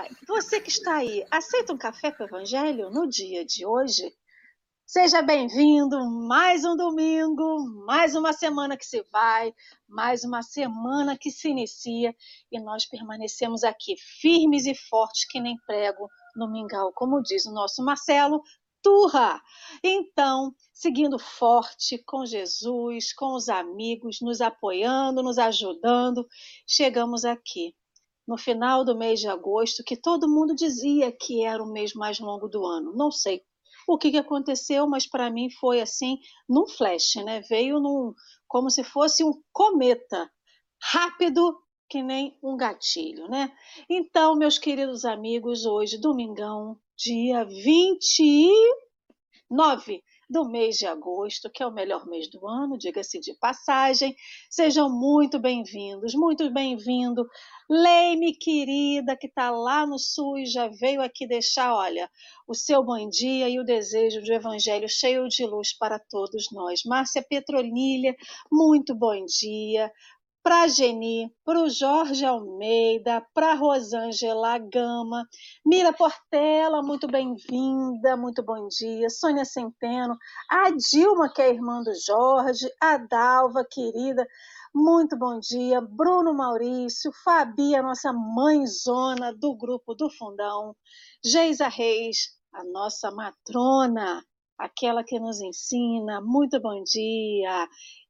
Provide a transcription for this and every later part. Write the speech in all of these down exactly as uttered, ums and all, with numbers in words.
dia! Você que está aí, aceita um café com o Evangelho no dia de hoje? Seja bem-vindo, mais um domingo, mais uma semana que se vai, mais uma semana que se inicia e nós permanecemos aqui firmes e fortes que nem prego no mingau, como diz o nosso Marcelo, turra! Então, seguindo forte com Jesus, com os amigos, nos apoiando, nos ajudando, chegamos aqui no final do mês de agosto, que todo mundo dizia que era o mês mais longo do ano. Não sei o que, que aconteceu, mas para mim foi assim, num flash, né? Veio num, como se fosse um cometa, rápido que nem um gatilho, né? Então, meus queridos amigos, hoje, domingão, dia vinte e nove do mês de agosto, que é o melhor mês do ano, diga-se de passagem. Sejam muito bem-vindos, muito bem-vindo. Leime, querida, que está lá no sul e já veio aqui deixar, olha, o seu bom dia e o desejo de evangelho cheio de luz para todos nós. Márcia Petronilha, muito bom dia. Para a Geni, para o Jorge Almeida, para a Rosângela Gama, Mira Portela, muito bem-vinda, muito bom dia, Sônia Centeno, a Dilma, que é irmã do Jorge, a Dalva, querida, muito bom dia, Bruno Maurício, Fabi, a nossa mãezona do grupo do Fundão, Geisa Reis, a nossa matrona, aquela que nos ensina, muito bom dia,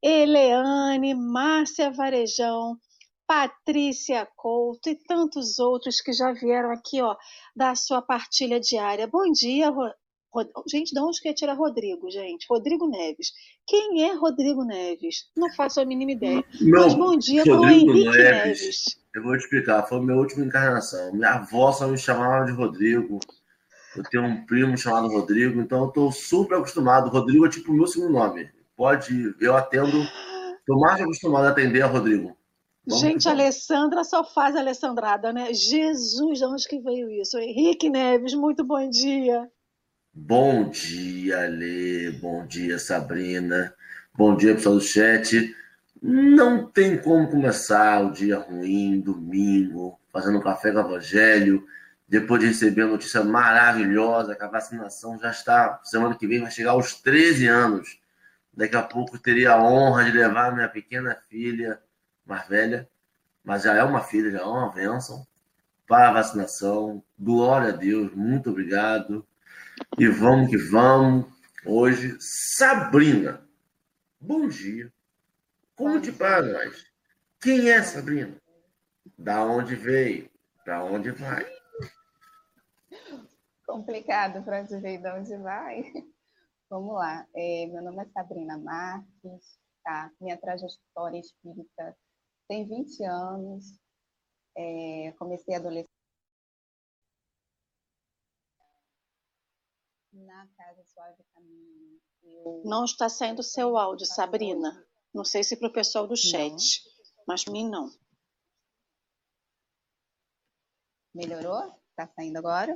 Eleane, Márcia Varejão, Patrícia Couto e tantos outros que já vieram aqui, ó, da sua partilha diária. Bom dia, Ro... gente, de onde que tira Rodrigo, gente? Rodrigo Neves. Quem é Rodrigo Neves? Não faço a mínima ideia. Meu, Mas bom dia Rodrigo para o Henrique Neves, Neves. Eu vou te explicar, foi a minha última encarnação. Minha avó só me chamava de Rodrigo. Eu tenho um primo chamado Rodrigo, então eu estou super acostumado. Rodrigo é tipo o meu segundo nome. Pode, eu atendo, estou mais acostumado a atender a Rodrigo. Vamos Gente, a Alessandra só faz Alessandrada, né? Jesus, de onde que veio isso? Henrique Neves, muito bom dia. Bom dia, Lê. Bom dia, Sabrina. Bom dia, pessoal do chat. Não tem como começar o dia ruim, domingo, fazendo um café com o Evangelho, depois de receber a notícia maravilhosa que a vacinação já está, semana que vem vai chegar aos treze anos. Daqui a pouco teria a honra de levar minha pequena filha, mais velha, mas já é uma filha, já é uma bênção, para a vacinação. Glória a Deus, muito obrigado. E vamos que vamos. Hoje, Sabrina, bom dia. Conte para nós. Quem é Sabrina? Da onde veio? Para onde vai? Complicado para onde veio e de onde vai. Vamos lá. É, meu nome é Sabrina Marques, tá? Minha trajetória espírita tem vinte anos. É, comecei a adolescência na Casa Suave Caminho. Eu... Não está saindo seu áudio, Sabrina. Não sei se para o pessoal do chat, não. mas para mim não. Melhorou? Está saindo agora?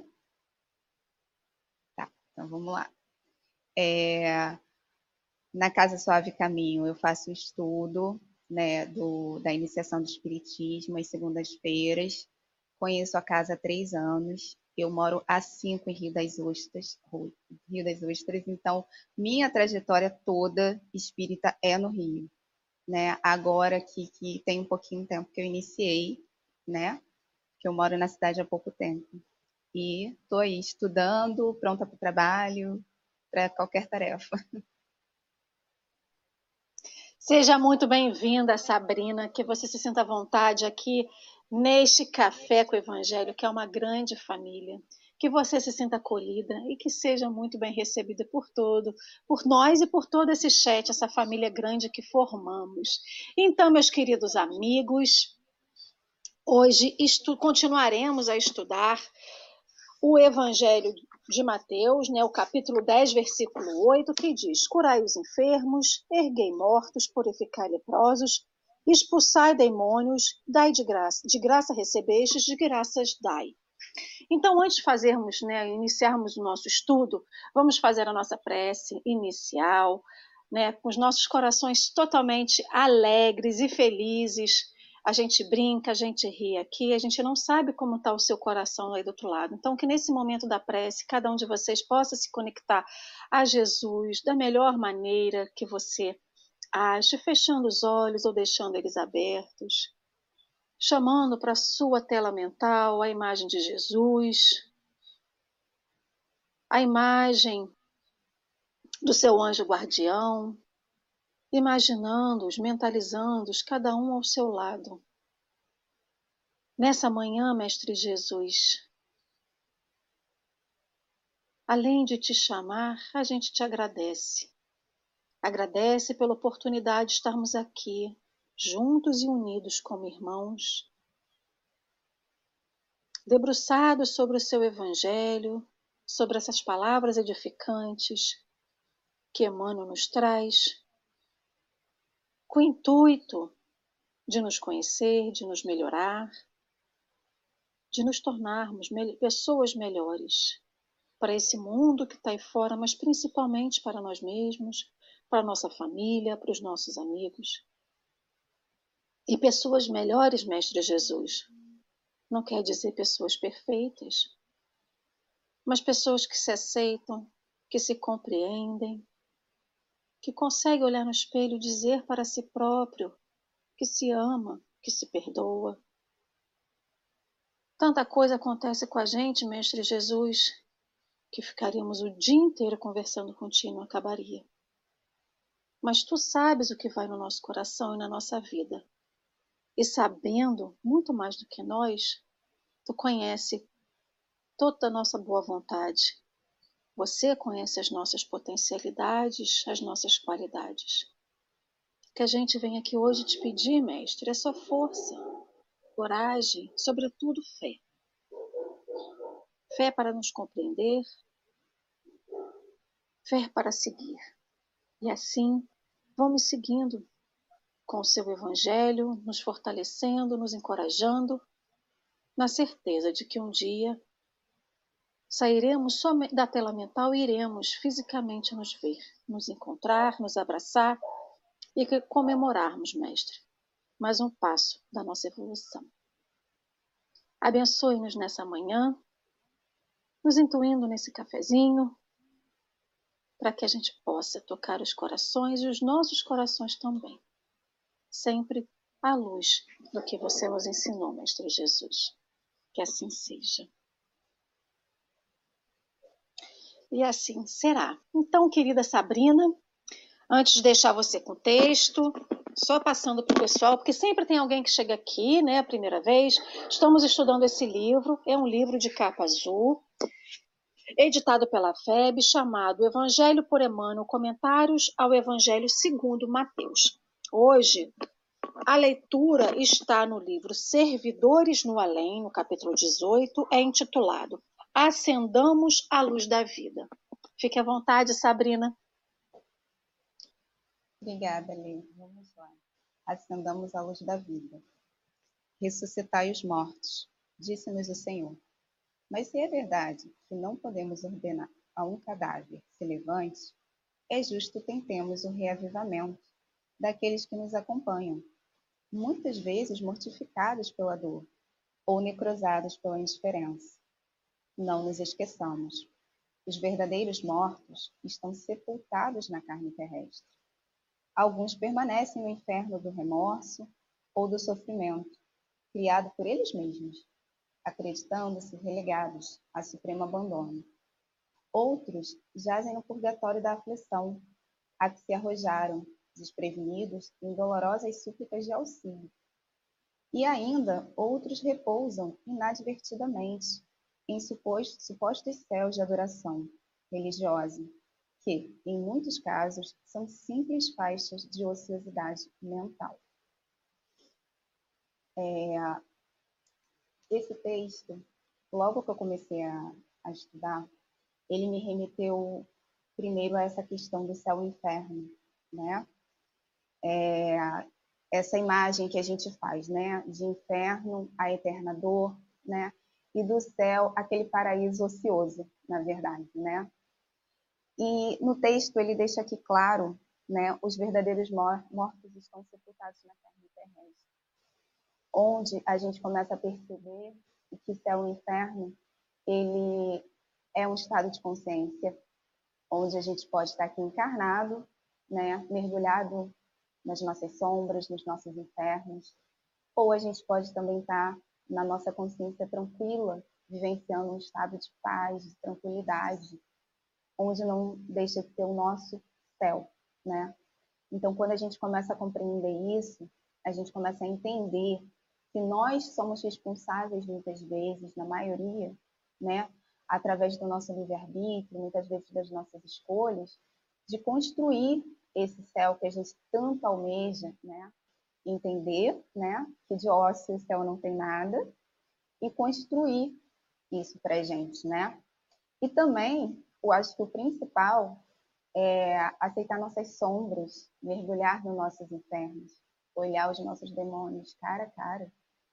Tá, então vamos lá. É, na Casa Suave Caminho eu faço estudo, né, do, da iniciação do Espiritismo às segundas-feiras. Conheço a casa há três anos. Eu moro há cinco em Rio das Ostras, Rio das Ostras, então minha trajetória toda espírita é no Rio, né? Agora que, que tem um pouquinho de tempo que eu iniciei, né? Que eu moro na cidade há pouco tempo. E estou aí estudando, pronta para o trabalho, para qualquer tarefa. Seja muito bem-vinda, Sabrina, que você se sinta à vontade aqui neste Café com o Evangelho, que é uma grande família, que você se sinta acolhida e que seja muito bem recebida por todo, por nós e por todo esse chat, essa família grande que formamos. Então, meus queridos amigos, hoje estu- continuaremos a estudar o Evangelho de Mateus, né, o capítulo dez, versículo oito, que diz: curai os enfermos, erguei mortos, purificai leprosos, expulsai demônios, dai de graça, de graça recebestes, de graças dai. Então, antes de fazermos, né, iniciarmos o nosso estudo, vamos fazer a nossa prece inicial, né, com os nossos corações totalmente alegres e felizes, a gente brinca, a gente ri aqui, a gente não sabe como está o seu coração aí do outro lado. Então, que nesse momento da prece, cada um de vocês possa se conectar a Jesus da melhor maneira que você ache, fechando os olhos ou deixando eles abertos, chamando para a sua tela mental a imagem de Jesus, a imagem do seu anjo guardião, imaginando-os, mentalizando-os, cada um ao seu lado. Nessa manhã, Mestre Jesus, além de te chamar, a gente te agradece. Agradece pela oportunidade de estarmos aqui, juntos e unidos como irmãos, debruçados sobre o seu Evangelho, sobre essas palavras edificantes que Emmanuel nos traz, com o intuito de nos conhecer, de nos melhorar, de nos tornarmos pessoas melhores para esse mundo que está aí fora, mas principalmente para nós mesmos, para a nossa família, para os nossos amigos. E pessoas melhores, Mestre Jesus, não quer dizer pessoas perfeitas, mas pessoas que se aceitam, que se compreendem, que conseguem olhar no espelho e dizer para si próprio que se ama, que se perdoa. Tanta coisa acontece com a gente, Mestre Jesus, que ficaríamos o dia inteiro conversando contigo, não acabaria. Mas tu sabes o que vai no nosso coração e na nossa vida. E sabendo muito mais do que nós, tu conhece toda a nossa boa vontade. Você conhece as nossas potencialidades, as nossas qualidades. O que a gente vem aqui hoje te pedir, Mestre, é só força, coragem, sobretudo fé. Fé para nos compreender, fé para seguir. E assim, vamos seguindo com o seu Evangelho, nos fortalecendo, nos encorajando, na certeza de que um dia sairemos somente da tela mental e iremos fisicamente nos ver, nos encontrar, nos abraçar e comemorarmos, Mestre, mais um passo da nossa evolução. Abençoe-nos nessa manhã, nos intuindo nesse cafezinho, para que a gente possa tocar os corações e os nossos corações também. Sempre à luz do que você nos ensinou, Mestre Jesus. Que assim seja. E assim será. Então, querida Sabrina, antes de deixar você com o texto, só passando para o pessoal, porque sempre tem alguém que chega aqui, né, a primeira vez. Estamos estudando esse livro, é um livro de capa azul, editado pela F E B, chamado Evangelho por Emmanuel, Comentários ao Evangelho segundo Mateus. Hoje, a leitura está no livro Servidores no Além, no capítulo dezoito, é intitulado Acendamos a Luz da Vida. Fique à vontade, Sabrina. Obrigada, Lê. Vamos lá. Acendamos a luz da vida. Ressuscitai os mortos, disse-nos o Senhor. Mas se é verdade que não podemos ordenar a um cadáver se levante, é justo tentemos o reavivamento daqueles que nos acompanham, muitas vezes mortificados pela dor ou necrosados pela indiferença. Não nos esqueçamos. Os verdadeiros mortos estão sepultados na carne terrestre. Alguns permanecem no inferno do remorso ou do sofrimento, criado por eles mesmos, acreditando-se relegados a supremo abandono. Outros jazem no purgatório da aflição, a que se arrojaram, desprevenidos, em dolorosas súplicas de auxílio. E ainda outros repousam inadvertidamente em supostos, supostos céus de adoração religiosa, que, em muitos casos, são simples faixas de ociosidade mental. É, esse texto, logo que eu comecei a, a estudar, ele me remeteu primeiro a essa questão do céu e inferno, né? É, essa imagem que a gente faz, né? De inferno, a eterna dor, né? E do céu, aquele paraíso ocioso, na verdade, né? E no texto ele deixa aqui claro, né? Os verdadeiros mortos estão sepultados na carne terrestre. onde a gente começa a perceber que céu e inferno, ele é um estado de consciência, onde a gente pode estar aqui encarnado, né, mergulhado nas nossas sombras, nos nossos infernos, ou a gente pode também estar na nossa consciência tranquila, vivenciando um estado de paz, de tranquilidade, onde não deixa de ser o nosso céu, né? Então, quando a gente começa a compreender isso, a gente começa a entender que nós somos responsáveis, muitas vezes, na maioria, né, através do nosso livre-arbítrio, muitas vezes das nossas escolhas, de construir esse céu que a gente tanto almeja, né? Entender, né, que de ócio o céu não tem nada, e construir isso para a gente, né? E também, eu acho que o principal é aceitar nossas sombras, mergulhar nos nossos infernos, olhar os nossos demônios cara a cara,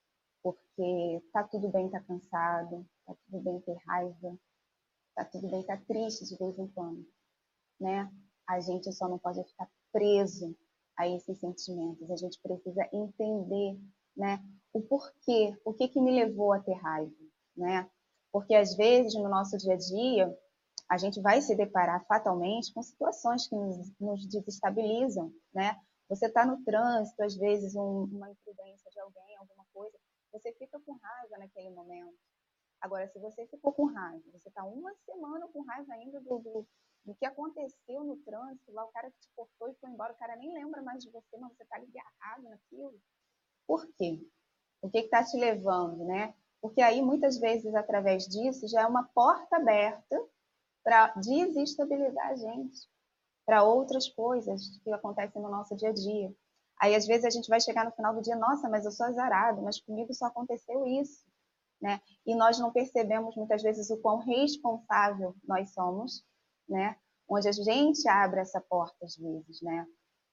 porque tá tudo bem estar tá cansado, tá tudo bem ter raiva, tá tudo bem estar tá triste de vez em quando, né? A gente só não pode ficar preso a esses sentimentos, a gente precisa entender, né, o porquê, o que que me levou a ter raiva, né? Porque às vezes no nosso dia a dia a gente vai se deparar fatalmente com situações que nos, nos desestabilizam, né? Você está no trânsito, às vezes um, uma imprudência de alguém, alguma coisa, você fica com raiva naquele momento. Agora, se você ficou com raiva, você está uma semana com raiva ainda do, do, do que aconteceu no trânsito, lá o cara que te cortou e foi embora, o cara nem lembra mais de você, mas você está agarrado naquilo. Por quê? O que está te levando, né? Porque aí, muitas vezes, através disso, já é uma porta aberta para desestabilizar a gente, para outras coisas que acontecem no nosso dia a dia. Aí, às vezes, a gente vai chegar no final do dia, nossa, mas eu sou azarado, mas comigo só aconteceu isso, né? E nós não percebemos, muitas vezes, o quão responsável nós somos, né? Onde a gente abre essa porta, às vezes, né?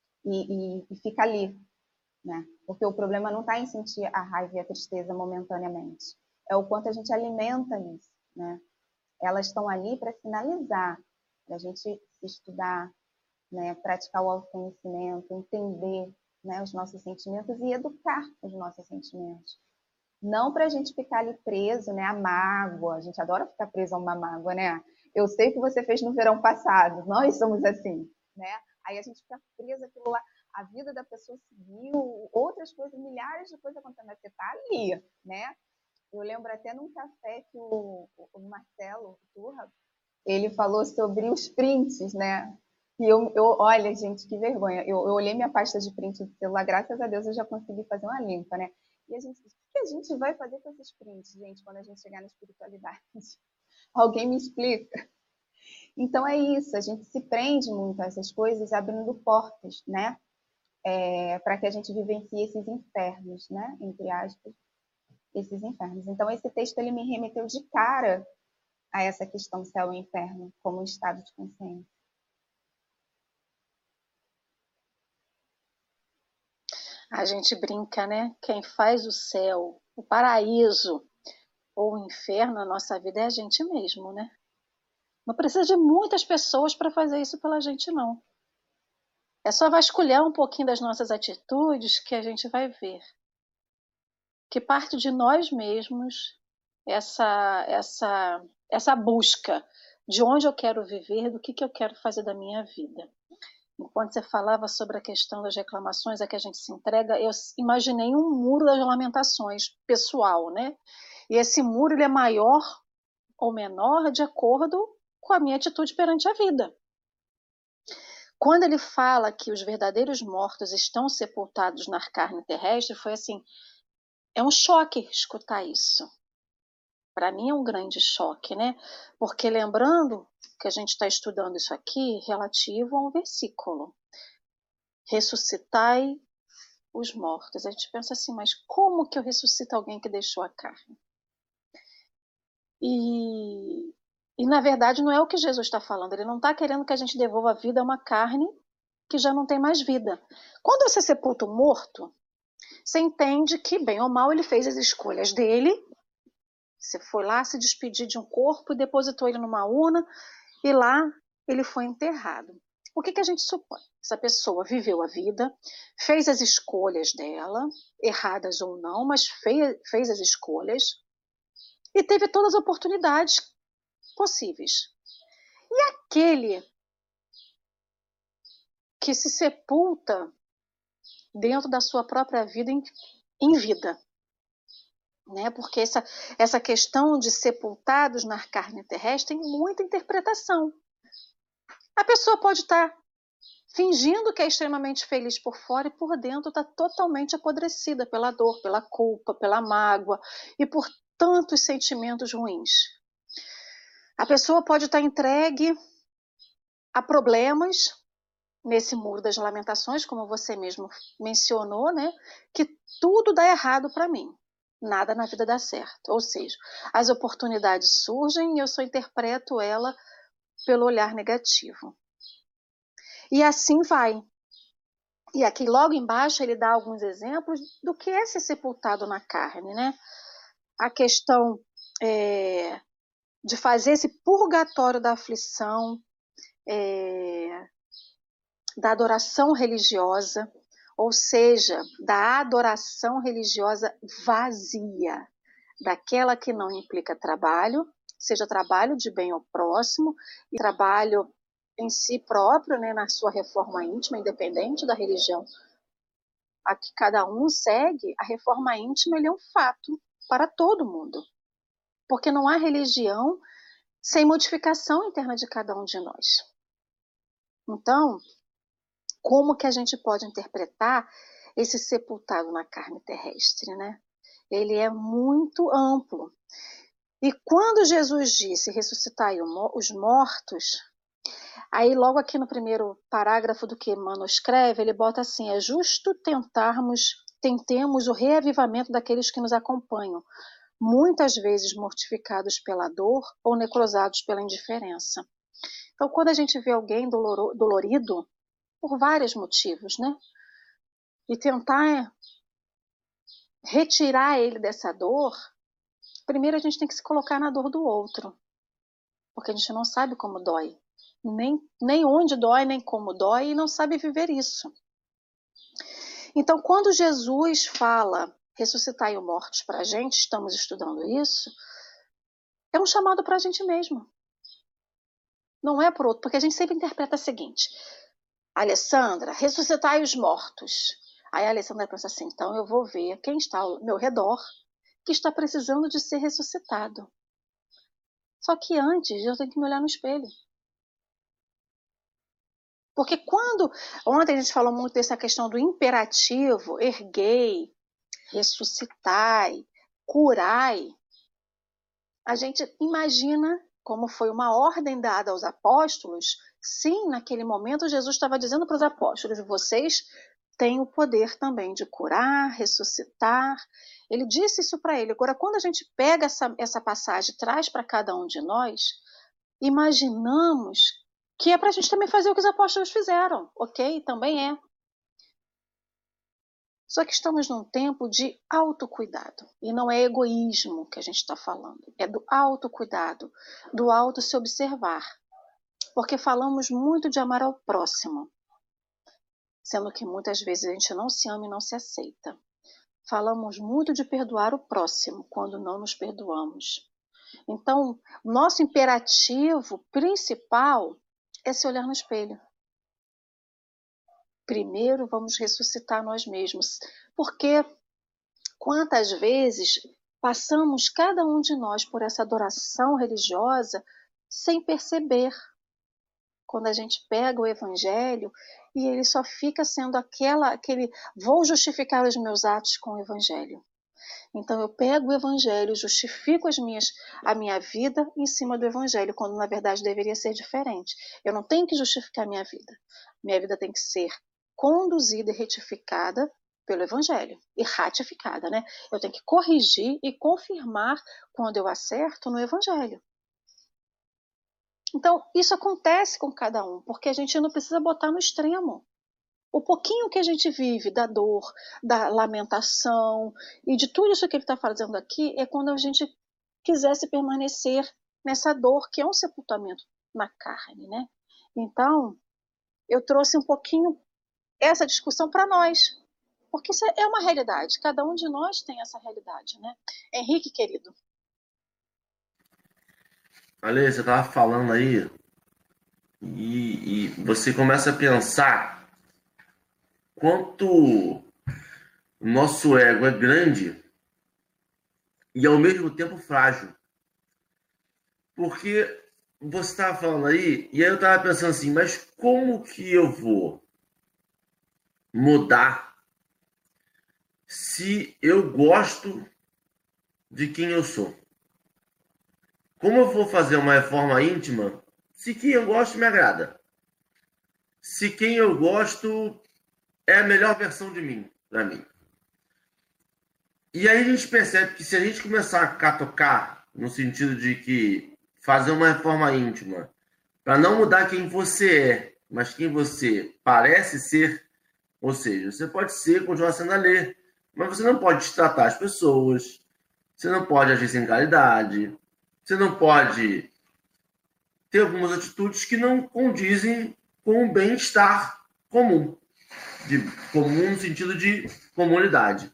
E, e, e fica ali, né? Porque o problema não está em sentir a raiva e a tristeza momentaneamente. É o quanto a gente alimenta isso, né? Elas estão ali para sinalizar, para a gente estudar, né, praticar o autoconhecimento, entender, né, os nossos sentimentos e educar os nossos sentimentos. Não para a gente ficar ali preso, né, à mágoa. A gente adora ficar preso a uma mágoa, né? Eu sei o que você fez no verão passado, nós somos assim, né? Aí a gente fica preso àquilo lá. A vida da pessoa seguiu, outras coisas, milhares de coisas acontecendo, mas você está ali, né? Eu lembro até num café que o, o Marcelo Turra, ele falou sobre os prints, né? E eu, eu, olha, gente, que vergonha. Eu, eu olhei minha pasta de print do celular, graças a Deus eu já consegui fazer uma limpa, né? E a gente, o que a gente vai fazer com esses prints, gente, quando a gente chegar na espiritualidade? Alguém me explica? Então é isso, a gente se prende muito a essas coisas, abrindo portas, né? É, para que a gente vivencie esses infernos, né? Entre aspas, esses infernos. Então, esse texto ele me remeteu de cara a essa questão céu e inferno como um estado de consciência. A gente brinca, né? Quem faz o céu, o paraíso ou o inferno na nossa vida é a gente mesmo, né? Não precisa de muitas pessoas para fazer isso pela gente, não. É só vasculhar um pouquinho das nossas atitudes que a gente vai ver que parte de nós mesmos essa, essa, essa busca de onde eu quero viver, do que, que eu quero fazer da minha vida. Enquanto você falava sobre a questão das reclamações a que a gente se entrega, eu imaginei um muro das lamentações pessoal, né? E esse muro ele é maior ou menor de acordo com a minha atitude perante a vida. Quando ele fala que os verdadeiros mortos estão sepultados na carne terrestre, foi assim, é um choque escutar isso. Para mim é um grande choque, né? Porque lembrando que a gente está estudando isso aqui relativo a um versículo. Ressuscitai os mortos. A gente pensa assim, mas como que eu ressuscito alguém que deixou a carne? E, e na verdade não é o que Jesus está falando. Ele não está querendo que a gente devolva a vida a uma carne que já não tem mais vida. Quando você sepulta um morto, você entende que, bem ou mal, ele fez as escolhas dele. Você foi lá se despedir de um corpo e depositou ele numa urna e lá ele foi enterrado. O que, que a gente supõe? Essa pessoa viveu a vida, fez as escolhas dela, erradas ou não, mas fez, fez as escolhas e teve todas as oportunidades possíveis. E aquele que se sepulta dentro da sua própria vida em, em vida, né? Porque essa, essa questão de sepultados na carne terrestre tem muita interpretação. A pessoa pode estar fingindo que é extremamente feliz por fora e por dentro está totalmente apodrecida pela dor, pela culpa, pela mágoa e por tantos sentimentos ruins. A pessoa pode estar entregue a problemas nesse muro das lamentações, como você mesmo mencionou, né? Que tudo dá errado para mim, nada na vida dá certo. Ou seja, as oportunidades surgem e eu só interpreto ela pelo olhar negativo. E assim vai. E aqui logo embaixo ele dá alguns exemplos do que é ser sepultado na carne, né? A questão é, de fazer esse purgatório da aflição, é, da adoração religiosa, ou seja, da adoração religiosa vazia, daquela que não implica trabalho, seja trabalho de bem ao próximo, e trabalho em si próprio, né, na sua reforma íntima, independente da religião a que cada um segue, a reforma íntima ele é um fato para todo mundo, porque não há religião sem modificação interna de cada um de nós. Então, como que a gente pode interpretar esse sepultado na carne terrestre, né? Ele é muito amplo. E quando Jesus disse ressuscitai os mortos, aí logo aqui no primeiro parágrafo do que Emmanuel escreve, ele bota assim, é justo tentarmos, tentemos o reavivamento daqueles que nos acompanham, muitas vezes mortificados pela dor ou necrosados pela indiferença. Então, quando a gente vê alguém doloro, dolorido, por vários motivos, né? E tentar retirar ele dessa dor, primeiro a gente tem que se colocar na dor do outro, porque a gente não sabe como dói. Nem, nem onde dói, nem como dói, e não sabe viver isso. Então, quando Jesus fala ressuscitai os mortos para a gente, estamos estudando isso, é um chamado para a gente mesmo. Não é por outro, porque a gente sempre interpreta o seguinte, Alessandra, ressuscitai os mortos. Aí a Alessandra pensa assim, então eu vou ver quem está ao meu redor que está precisando de ser ressuscitado. Só que antes eu tenho que me olhar no espelho. Porque quando, ontem a gente falou muito dessa questão do imperativo, erguei, ressuscitai, curai, a gente imagina como foi uma ordem dada aos apóstolos. Sim, naquele momento Jesus estava dizendo para os apóstolos, vocês têm o poder também de curar, ressuscitar. Ele disse isso para ele. Agora, quando a gente pega essa, essa passagem e traz para cada um de nós, imaginamos que é para a gente também fazer o que os apóstolos fizeram, ok? Também é. Só que estamos num tempo de autocuidado. E não é egoísmo que a gente está falando. É do autocuidado, do auto se observar. Porque falamos muito de amar ao próximo, sendo que muitas vezes a gente não se ama e não se aceita. Falamos muito de perdoar o próximo, quando não nos perdoamos. Então, nosso imperativo principal é se olhar no espelho. Primeiro vamos ressuscitar nós mesmos, porque quantas vezes passamos cada um de nós por essa adoração religiosa sem perceber. Quando a gente pega o evangelho e ele só fica sendo aquela, aquele, vou justificar os meus atos com o evangelho. Então eu pego o evangelho, justifico as minhas, a minha vida em cima do evangelho, quando na verdade deveria ser diferente. Eu não tenho que justificar a minha vida. Minha vida tem que ser conduzida e retificada pelo evangelho. E ratificada, né? Eu tenho que corrigir e confirmar quando eu acerto no evangelho. Então, isso acontece com cada um, porque a gente não precisa botar no extremo. O pouquinho que a gente vive da dor, da lamentação e de tudo isso que ele está fazendo aqui é quando a gente quisesse permanecer nessa dor que é um sepultamento na carne, né? Então, eu trouxe um pouquinho essa discussão para nós, porque isso é uma realidade, cada um de nós tem essa realidade, né? Henrique, querido. Ale, você estava falando aí e, e você começa a pensar quanto o nosso ego é grande e ao mesmo tempo frágil. Porque você estava falando aí, e aí eu estava pensando assim, mas como que eu vou mudar se eu gosto de quem eu sou? Como eu vou fazer uma reforma íntima se quem eu gosto me agrada? Se quem eu gosto é a melhor versão de mim, para mim. E aí a gente percebe que se a gente começar a catocar, no sentido de que fazer uma reforma íntima, para não mudar quem você é, mas quem você parece ser, ou seja, você pode ser, continuar sendo Ale, mas você não pode destratar as pessoas, você não pode agir sem caridade, você não pode ter algumas atitudes que não condizem com o bem-estar comum. De comum no sentido de comunidade.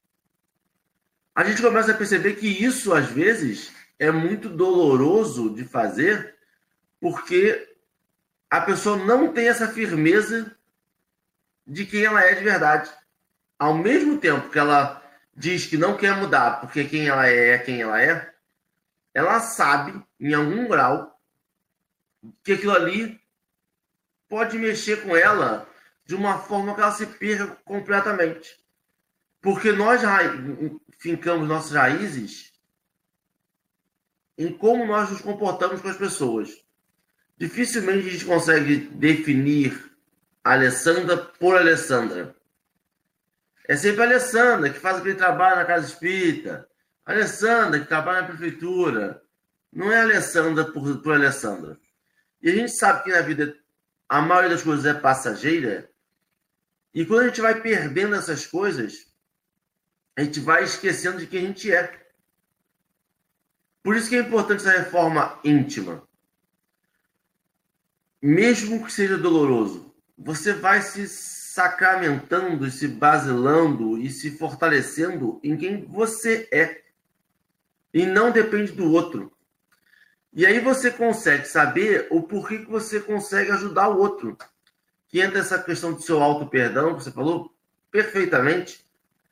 A gente começa a perceber que isso, às vezes, é muito doloroso de fazer, porque a pessoa não tem essa firmeza de quem ela é de verdade. Ao mesmo tempo que ela diz que não quer mudar porque quem ela é é quem ela é, ela sabe, em algum grau, que aquilo ali pode mexer com ela de uma forma que ela se perca completamente. Porque nós fincamos nossas raízes em como nós nos comportamos com as pessoas. Dificilmente a gente consegue definir a Alessandra por Alessandra. É sempre a Alessandra que faz aquele trabalho na casa espírita, a Alessandra que trabalha na prefeitura. Não é a Alessandra por, por Alessandra. E a gente sabe que na vida a maioria das coisas é passageira, e quando a gente vai perdendo essas coisas, a gente vai esquecendo de quem a gente é. Por isso que é importante essa reforma íntima. Mesmo que seja doloroso, você vai se sacramentando e se basilando e se fortalecendo em quem você é. E não depende do outro. E aí você consegue saber o porquê que você consegue ajudar o outro. Que entra essa questão do seu auto-perdão, que você falou perfeitamente.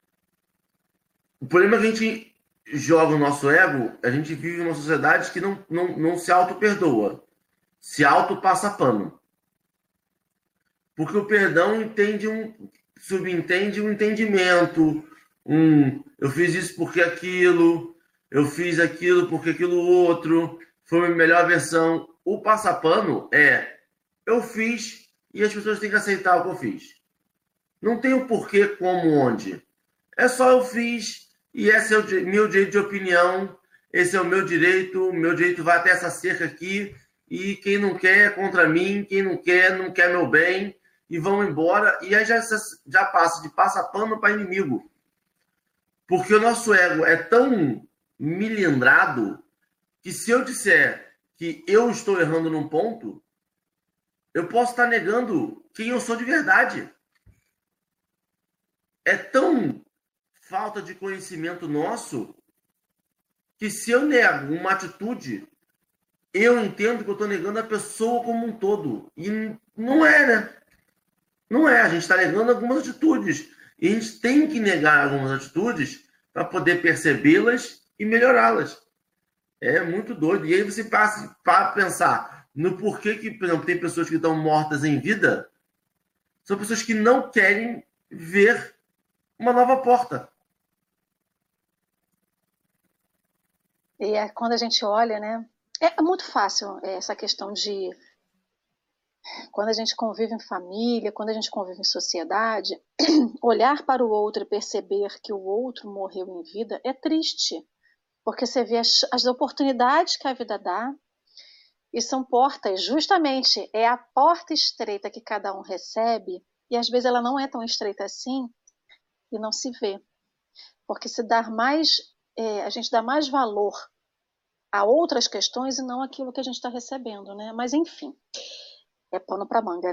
O problema é que a gente joga o nosso ego, a gente vive numa sociedade que não, não, não se auto-perdoa. Se auto-passa pano. Porque o perdão entende um, subentende um entendimento. Um, eu fiz isso porque aquilo, eu fiz aquilo porque aquilo outro, foi a melhor versão. O passapano é, eu fiz e as pessoas têm que aceitar o que eu fiz. Não tem o porquê, como, onde. É só eu fiz e esse é o meu direito de opinião, esse é o meu direito, o meu direito vai até essa cerca aqui e quem não quer é contra mim, quem não quer, não quer meu bem e vão embora. E aí já, já passa de passapano para inimigo. Porque o nosso ego é tão milindrado que se eu disser que eu estou errando num ponto, eu posso estar negando quem eu sou de verdade. É tão falta de conhecimento nosso que se eu nego uma atitude, eu entendo que eu estou negando a pessoa como um todo. E não é, né? Não é. A gente está negando algumas atitudes. E a gente tem que negar algumas atitudes para poder percebê-las e melhorá-las. É muito doido. E aí você passa para pensar no porquê que, por exemplo, tem pessoas que estão mortas em vida, são pessoas que não querem ver uma nova porta. E é quando a gente olha, né? É muito fácil essa questão de quando a gente convive em família, quando a gente convive em sociedade, olhar para o outro e perceber que o outro morreu em vida é triste, porque você vê as, as oportunidades que a vida dá e são portas, justamente é a porta estreita que cada um recebe e às vezes ela não é tão estreita assim e não se vê, porque se dar mais, é, a gente dá mais valor a outras questões e não aquilo que a gente está recebendo, né? Mas enfim, é pano para manga, né?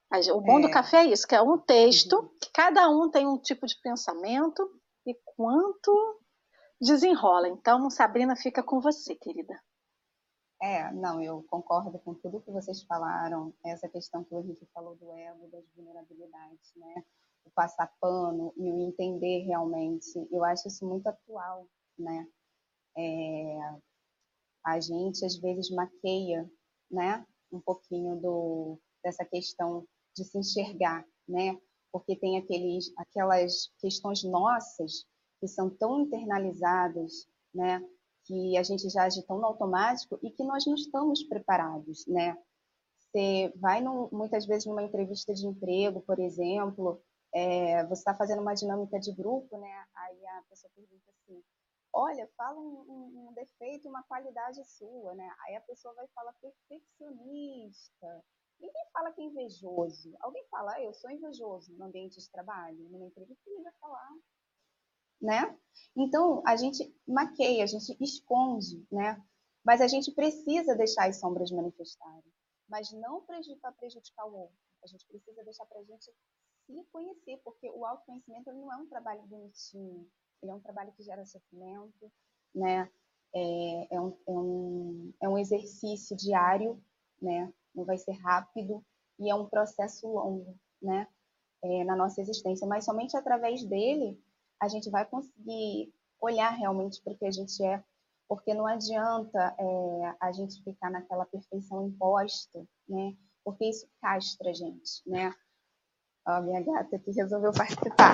O bom do É. café é isso, que é um texto, que cada um tem um tipo de pensamento e quanto desenrola. Então, Sabrina, fica com você, querida. É, não, eu concordo com tudo que vocês falaram, essa questão que o Henrique falou do ego, das vulnerabilidades, né? O passar pano e o entender realmente, eu acho isso muito atual, né? É, a gente às vezes maqueia, né? Um pouquinho do, dessa questão de se enxergar, né? Porque tem aqueles, aquelas questões nossas que são tão internalizadas, né? Que a gente já age tão no automático e que nós não estamos preparados, né? Você vai num, muitas vezes numa entrevista de emprego, por exemplo, é, você está fazendo uma dinâmica de grupo, né? Aí a pessoa pergunta assim: olha, fala um, um, um defeito, uma qualidade sua, né? Aí a pessoa vai falar perfeccionista. Ninguém fala que é invejoso. Alguém fala, ah, eu sou invejoso no ambiente de trabalho, numa entrevista, ninguém vai falar, né? Então, a gente maqueia, a gente esconde, né? Mas a gente precisa deixar as sombras manifestarem, mas não para prejudicar o outro. A gente precisa deixar para a gente se conhecer, porque o autoconhecimento ele não é um trabalho bonitinho, ele é um trabalho que gera sofrimento, né? É, é, um, é, um, é um exercício diário, né? Não vai ser rápido e é um processo longo, né? É, na nossa existência, mas somente através dele a gente vai conseguir olhar realmente para o que a gente é, porque não adianta é, a gente ficar naquela perfeição imposta, né? Porque isso castra a gente, né? Ó, minha gata que resolveu participar.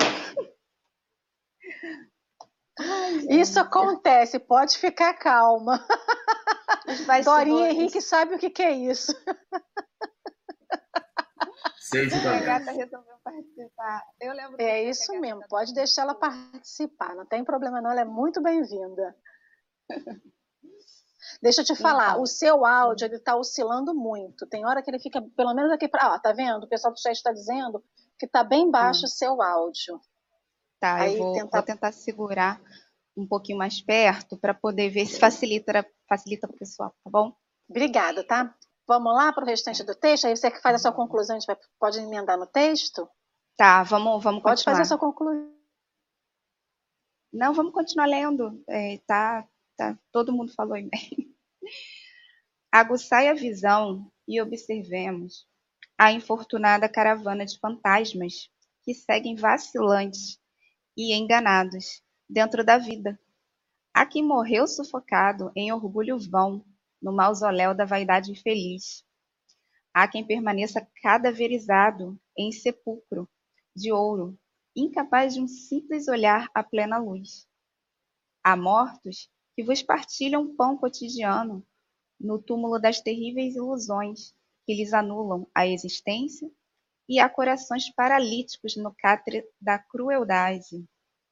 Ai, Isso acontece, pode ficar calma. Dorinha e Henrique sabe o que, que é isso. Seja Minha gata resolveu participar. Eu lembro é isso mesmo, pode deixar ela participar, não tem problema não, ela é muito bem-vinda. Deixa eu te falar, então, o seu áudio ele está oscilando muito. Tem hora que ele fica, pelo menos aqui para, ó, tá vendo? O pessoal do chat está dizendo que está bem baixo hum. o seu áudio. Tá, Aí, eu vou tentar... vou tentar segurar um pouquinho mais perto para poder ver se facilita facilita para o pessoal, tá bom? Obrigada, tá? Vamos lá para o restante do texto? Aí você que faz a sua conclusão, a gente vai, pode emendar no texto? Tá, vamos, vamos pode continuar. Pode fazer a sua conclusão. Não, vamos continuar lendo. É, tá, tá, todo mundo falou bem. Aguçai a visão e observemos a infortunada caravana de fantasmas que seguem vacilantes e enganados dentro da vida. Há quem morreu sufocado em orgulho vão no mausoléu da vaidade infeliz. Há quem permaneça cadaverizado em sepulcro de ouro, incapaz de um simples olhar à plena luz. Há mortos que vos partilham o pão cotidiano no túmulo das terríveis ilusões que lhes anulam a existência, e há corações paralíticos no catre da crueldade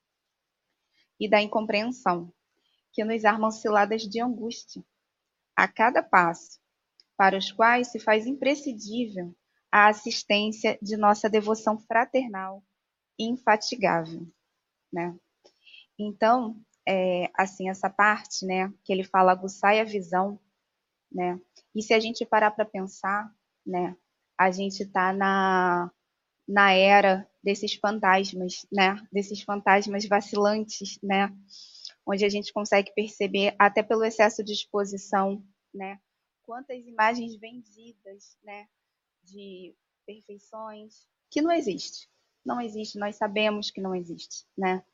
e da incompreensão, que nos armam ciladas de angústia a cada passo, para os quais se faz imprescindível a assistência de nossa devoção fraternal e infatigável, né? Então, é, assim, essa parte, né, que ele fala aguçai a visão, né? E se a gente parar para pensar, né, a gente está na, na era desses fantasmas, né, desses fantasmas vacilantes, né, onde a gente consegue perceber, até pelo excesso de exposição, né, quantas imagens vendidas, né, de perfeições que não existe, não existe, nós sabemos que não existe, né,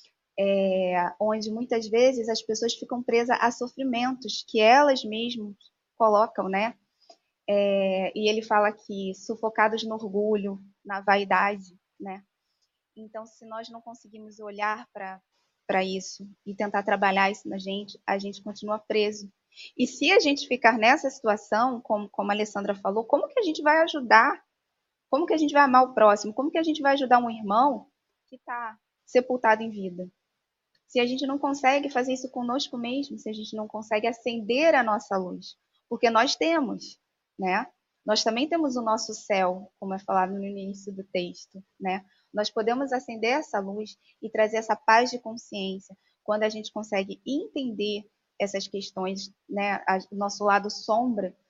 é, onde muitas vezes as pessoas ficam presas a sofrimentos que elas mesmas colocam, né, é, e ele fala aqui, sufocados no orgulho, na vaidade, né, então se nós não conseguimos olhar para para isso e tentar trabalhar isso na gente, a gente continua preso. E se a gente ficar nessa situação, como, como a Alessandra falou, como que a gente vai ajudar? Como que a gente vai amar o próximo? Como que a gente vai ajudar um irmão que está sepultado em vida? Se a gente não consegue fazer isso conosco mesmo, se a gente não consegue acender a nossa luz, porque nós temos, né? Nós também temos o nosso céu, como é falado no início do texto, né? Nós podemos acender essa luz e trazer essa paz de consciência quando a gente consegue entender essas questões, né? O nosso lado sombra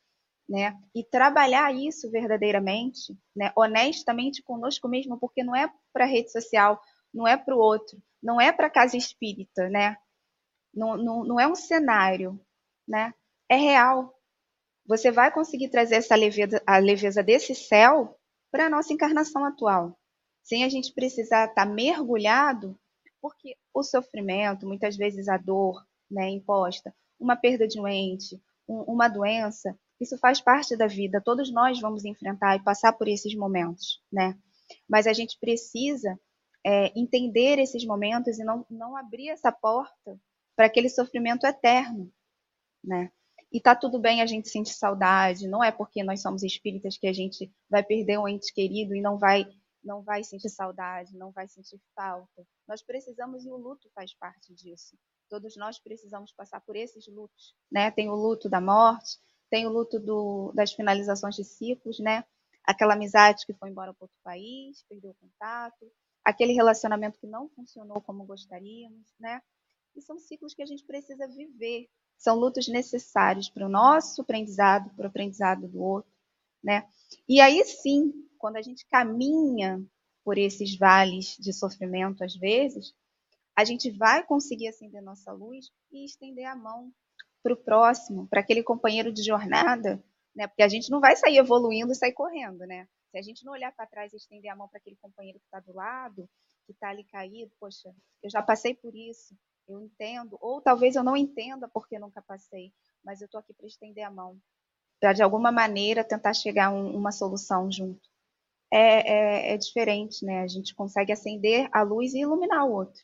né? E trabalhar isso verdadeiramente, né? Honestamente conosco mesmo, porque não é para rede social, não é para o outro, não é para casa espírita, né? Não, não, não é um cenário, né? É real. Você vai conseguir trazer essa leveza, a leveza desse céu para a nossa encarnação atual, sem a gente precisar estar mergulhado, porque o sofrimento, muitas vezes a dor, né, imposta, uma perda de um ente, um, uma doença, isso faz parte da vida. Todos nós vamos enfrentar e passar por esses momentos, né? Mas a gente precisa é, entender esses momentos e não, não abrir essa porta para aquele sofrimento eterno, né? E tá tudo bem a gente sentir saudade, não é porque nós somos espíritas que a gente vai perder um ente querido e não vai não vai sentir saudade, não vai sentir falta. Nós precisamos, e o luto faz parte disso. Todos nós precisamos passar por esses lutos, né? Tem o luto da morte, tem o luto do, das finalizações de ciclos, né? Aquela amizade que foi embora para outro país, perdeu o contato, aquele relacionamento que não funcionou como gostaríamos, né? E são ciclos que a gente precisa viver. São lutos necessários para o nosso aprendizado, para o aprendizado do outro, né? E aí sim, quando a gente caminha por esses vales de sofrimento, às vezes, a gente vai conseguir acender nossa luz e estender a mão para o próximo, para aquele companheiro de jornada, né? Porque a gente não vai sair evoluindo e sair correndo, né? Se a gente não olhar para trás e estender a mão para aquele companheiro que está do lado, que está ali caído, poxa, eu já passei por isso, eu entendo, ou talvez eu não entenda porque nunca passei, mas eu estou aqui para estender a mão, para de alguma maneira tentar chegar a um, uma solução junto. É, é, é diferente, né? A gente consegue acender a luz e iluminar o outro.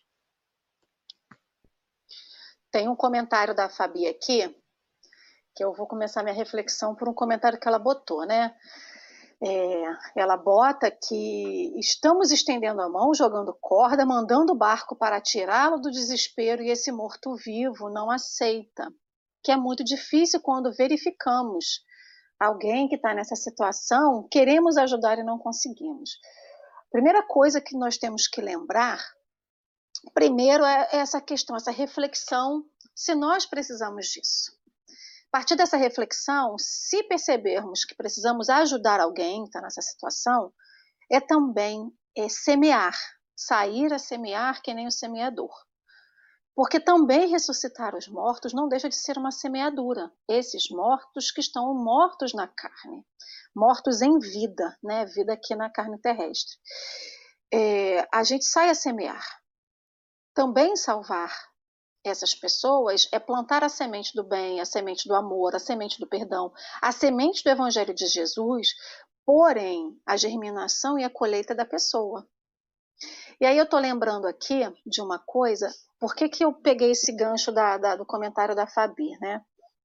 Tem um comentário da Fabi aqui, que eu vou começar minha reflexão por um comentário que ela botou, né? É, ela bota que estamos estendendo a mão, jogando corda, mandando o barco para tirá-lo do desespero e esse morto-vivo não aceita, que é muito difícil quando verificamos alguém que está nessa situação, queremos ajudar e não conseguimos. Primeira coisa que nós temos que lembrar, primeiro é essa questão, essa reflexão, se nós precisamos disso. A partir dessa reflexão, se percebermos que precisamos ajudar alguém que está nessa situação, é também é, semear, sair a semear que nem o semeador. Porque também ressuscitar os mortos não deixa de ser uma semeadura. Esses mortos que estão mortos na carne, mortos em vida, né? Vida aqui na carne terrestre. É, a gente sai a semear. Também salvar essas pessoas é plantar a semente do bem, a semente do amor, a semente do perdão, a semente do Evangelho de Jesus, porém, a germinação e a colheita da pessoa. E aí eu estou lembrando aqui de uma coisa, por que, que eu peguei esse gancho da, da, do comentário da Fabi, né?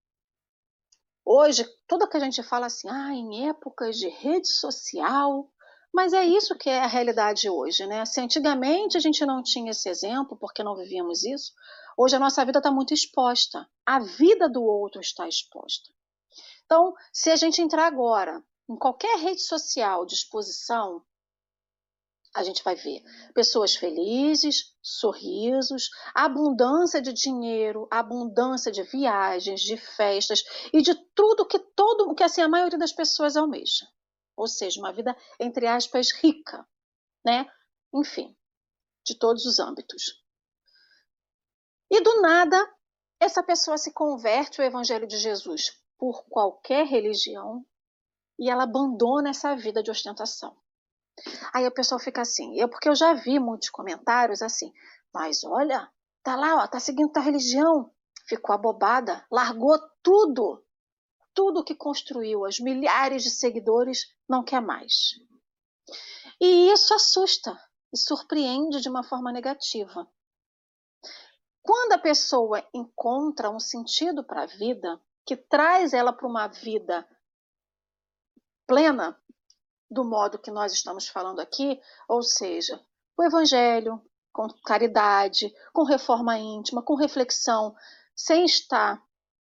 Hoje, tudo que a gente fala assim, ah, em épocas de rede social, mas é isso que é a realidade hoje, né? Se antigamente a gente não tinha esse exemplo, porque não vivíamos isso, hoje a nossa vida está muito exposta. A vida do outro está exposta. Então, se a gente entrar agora em qualquer rede social de exposição, a gente vai ver pessoas felizes, sorrisos, abundância de dinheiro, abundância de viagens, de festas e de tudo que todo que assim a maioria das pessoas almeja. Ou seja, uma vida entre aspas rica, né? Enfim, de todos os âmbitos. E do nada essa pessoa se converte ao Evangelho de Jesus por qualquer religião e ela abandona essa vida de ostentação. Aí o pessoal fica assim, eu, porque eu já vi muitos comentários assim, mas olha, tá lá, ó, tá seguindo tua religião, ficou abobada, largou tudo, tudo que construiu, as milhares de seguidores, não quer mais. E isso assusta e surpreende de uma forma negativa. Quando a pessoa encontra um sentido para a vida, que traz ela para uma vida plena, do modo que nós estamos falando aqui, ou seja, o Evangelho, com caridade, com reforma íntima, com reflexão, sem estar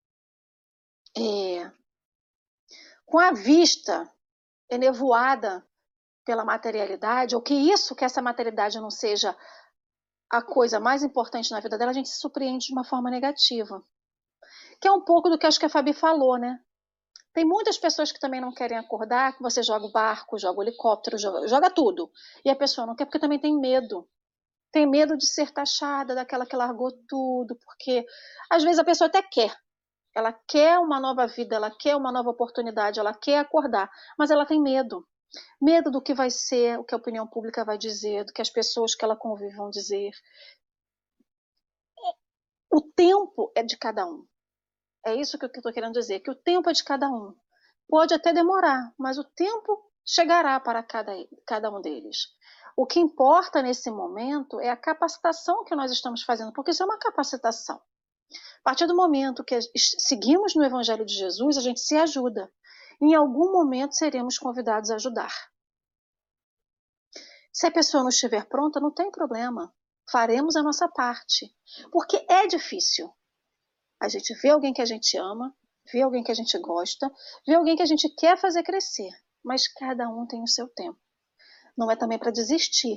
é, com a vista enevoada pela materialidade, ou que isso, que essa materialidade não seja a coisa mais importante na vida dela, a gente se surpreende de uma forma negativa. Que é um pouco do que acho que a Fabi falou, né? Tem muitas pessoas que também não querem acordar, que você joga o barco, joga o helicóptero, joga, joga tudo. E a pessoa não quer porque também tem medo. Tem medo de ser taxada, daquela que largou tudo, porque às vezes a pessoa até quer. Ela quer uma nova vida, ela quer uma nova oportunidade, ela quer acordar, mas ela tem medo. Medo do que vai ser, o que a opinião pública vai dizer, do que as pessoas que ela convive vão dizer. O tempo é de cada um. É isso que eu estou querendo dizer, que o tempo é de cada um. Pode até demorar, mas o tempo chegará para cada, cada um deles. O que importa nesse momento é a capacitação que nós estamos fazendo, porque isso é uma capacitação. A partir do momento que seguimos no Evangelho de Jesus, a gente se ajuda. Em algum momento seremos convidados a ajudar. Se a pessoa não estiver pronta, não tem problema. Faremos a nossa parte. Porque é difícil. A gente vê alguém que a gente ama, vê alguém que a gente gosta, vê alguém que a gente quer fazer crescer. Mas cada um tem o seu tempo. Não é também para desistir.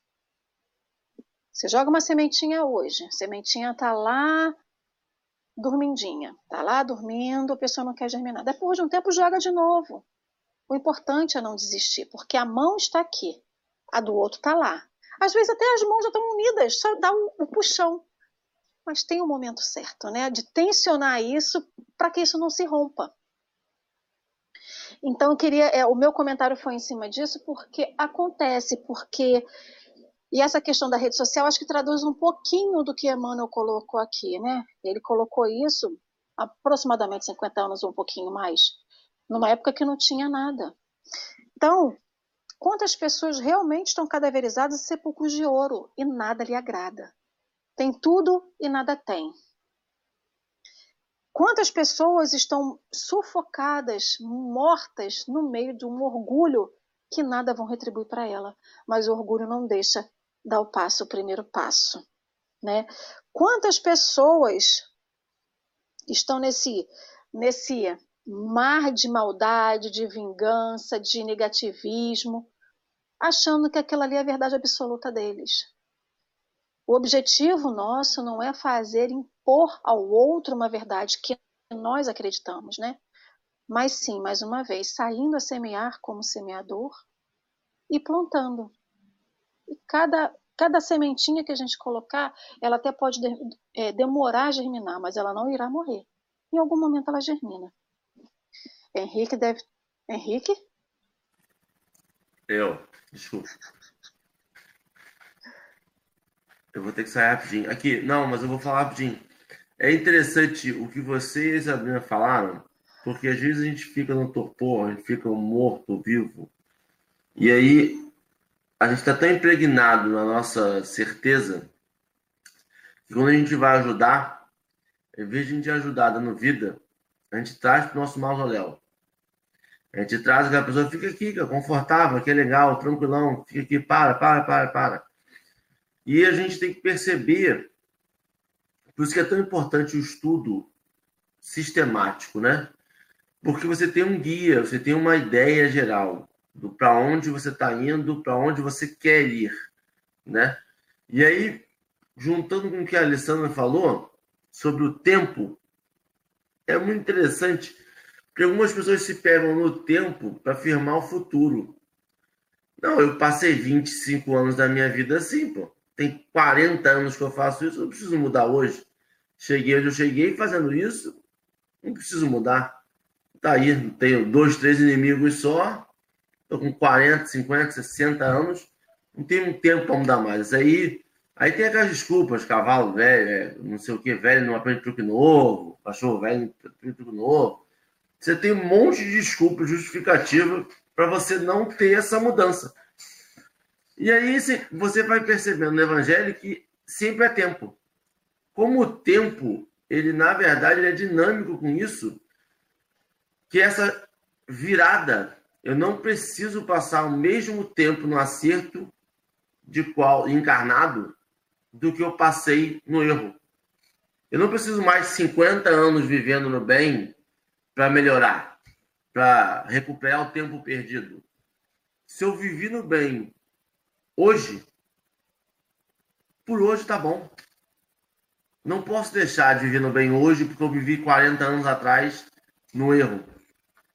Você joga uma sementinha hoje, a sementinha está lá dormindinha, está lá dormindo, a pessoa não quer germinar. Depois de um tempo joga de novo. O importante é não desistir, porque a mão está aqui, a do outro está lá. Às vezes até as mãos já estão unidas, só dá o, o puxão. Mas tem o momento certo, né? De tensionar isso para que isso não se rompa. Então, eu queria, é, o meu comentário foi em cima disso, porque acontece, porque... E essa questão da rede social, acho que traduz um pouquinho do que Emmanuel colocou aqui, né? Ele colocou isso há aproximadamente cinquenta anos, ou um pouquinho mais, numa época que não tinha nada. Então, quantas pessoas realmente estão cadaverizadas em sepulcros de ouro e nada lhe agrada? Tem tudo e nada tem. Quantas pessoas estão sufocadas, mortas, no meio de um orgulho que nada vão retribuir para ela, mas o orgulho não deixa dar o passo, o primeiro passo, né? Quantas pessoas estão nesse, nesse mar de maldade, de vingança, de negativismo, achando que aquela ali é a verdade absoluta deles? O objetivo nosso não é fazer impor ao outro uma verdade que nós acreditamos, né? Mas sim, mais uma vez, saindo a semear como semeador e plantando. E cada, cada sementinha que a gente colocar, ela até pode de, é, demorar a germinar, mas ela não irá morrer. Em algum momento ela germina. Henrique deve... Henrique? Eu, desculpa. Eu vou ter que sair rapidinho. Aqui, não, mas eu vou falar rapidinho. É interessante o que você e a Sabrina falaram, porque às vezes a gente fica no torpor, a gente fica morto, vivo. E aí a gente está tão impregnado na nossa certeza que quando a gente vai ajudar, em vez de a gente ajudar dando vida, a gente traz para o nosso mausoléu. A gente traz aquela pessoa, fica aqui, fica confortável, que é legal, tranquilão, fica aqui, para, para, para, para. E a gente tem que perceber, por isso que é tão importante o estudo sistemático, né? Porque você tem um guia, você tem uma ideia geral do para onde você está indo, para onde você quer ir, né? E aí, juntando com o que a Alessandra falou sobre o tempo, é muito interessante, porque algumas pessoas se pegam no tempo para afirmar o futuro. Não, eu passei vinte e cinco anos da minha vida assim, pô. Tem quarenta anos que eu faço isso, eu não preciso mudar hoje. Cheguei onde eu cheguei fazendo isso, não preciso mudar. Tá aí, tenho dois, três inimigos só, tô com quarenta, cinquenta, sessenta anos, não tenho um tempo para mudar mais. Aí, aí tem aquelas desculpas, cavalo velho, não sei o que, velho não aprende truque novo, cachorro velho não aprende truque novo. Você tem um monte de desculpas justificativas para você não ter essa mudança. E aí você vai percebendo no Evangelho que sempre é tempo. Como o tempo, ele na verdade ele é dinâmico com isso, que essa virada, eu não preciso passar o mesmo tempo no acerto de qual encarnado do que eu passei no erro. Eu não preciso mais cinquenta anos vivendo no bem para melhorar, para recuperar o tempo perdido. Se eu vivi no bem hoje, por hoje tá bom. Não posso deixar de viver no bem hoje porque eu vivi quarenta anos atrás no erro.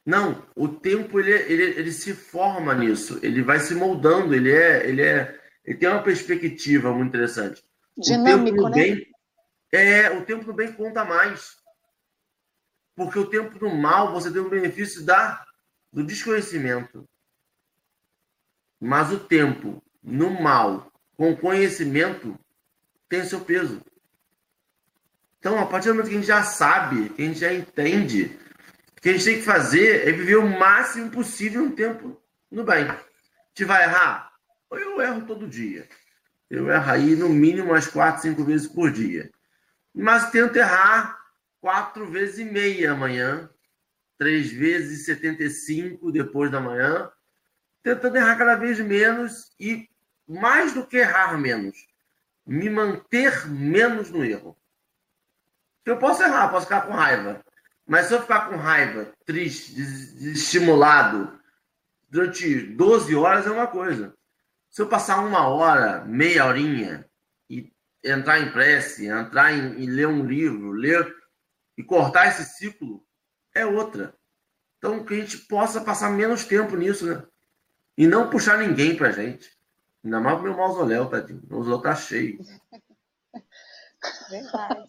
Não, o tempo ele, ele, ele se forma nisso, ele vai se moldando, ele é, ele é, ele tem uma perspectiva muito interessante. Dinâmico, o tempo no né? bem, é, o tempo no bem conta mais. Porque o tempo no mal você tem o benefício da, do desconhecimento. Mas o tempo no mal com conhecimento tem seu peso. Então, a partir do momento que a gente já sabe, que a gente já entende, o que a gente tem que fazer é viver o máximo possível um tempo no bem. A gente vai errar? Eu erro todo dia. Eu erro aí no mínimo umas quatro, cinco vezes por dia. Mas tento errar quatro vezes e meia amanhã, três vezes e setenta e cinco depois da manhã, tentando errar cada vez menos e, mais do que errar menos, me manter menos no erro. Eu posso errar, posso ficar com raiva. Mas se eu ficar com raiva, triste, desestimulado, durante doze horas é uma coisa. Se eu passar uma hora, meia horinha, e entrar em prece, entrar em, em ler um livro, ler e cortar esse ciclo, é outra. Então, que a gente possa passar menos tempo nisso, né? E não puxar ninguém pra gente. Ainda mais pro meu mausoléu, tadinho. O mausoléu tá cheio. Verdade.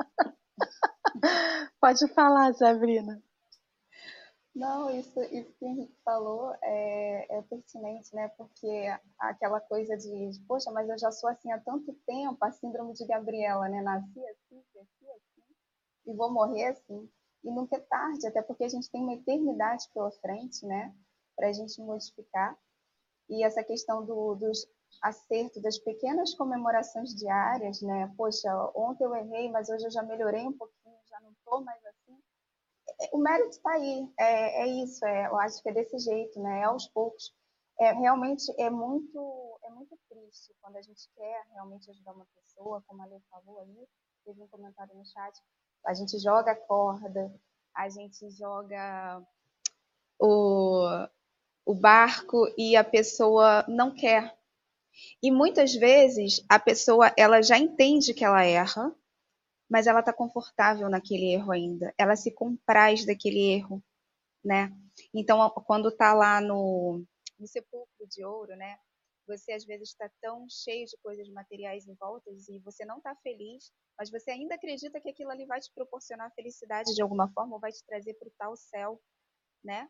Pode falar, Sabrina. Não, isso, isso que o Henrique falou é, é pertinente, né? Porque aquela coisa de, poxa, mas eu já sou assim há tanto tempo, a síndrome de Gabriela, né? Nasci assim, cresci assim, e vou morrer assim. E nunca é tarde, até porque a gente tem uma eternidade pela frente, né? Para a gente modificar. E essa questão do, dos acertos, das pequenas comemorações diárias, né? Poxa, ontem eu errei, mas hoje eu já melhorei um pouquinho, já não estou mais assim. O mérito está aí, é, é isso, é, eu acho que é desse jeito, né? É aos poucos. É, realmente é muito, é muito triste quando a gente quer realmente ajudar uma pessoa, como a Lê falou ali, teve um comentário no chat, a gente joga a corda, a gente joga o, o barco e a pessoa não quer. E muitas vezes a pessoa ela já entende que ela erra, mas ela está confortável naquele erro ainda. Ela se compraz daquele erro, né? Então, quando está lá no, no sepulcro de ouro, né? Você às vezes está tão cheio de coisas materiais em volta e você não está feliz, mas você ainda acredita que aquilo ali vai te proporcionar felicidade de alguma forma ou vai te trazer para o tal céu, né?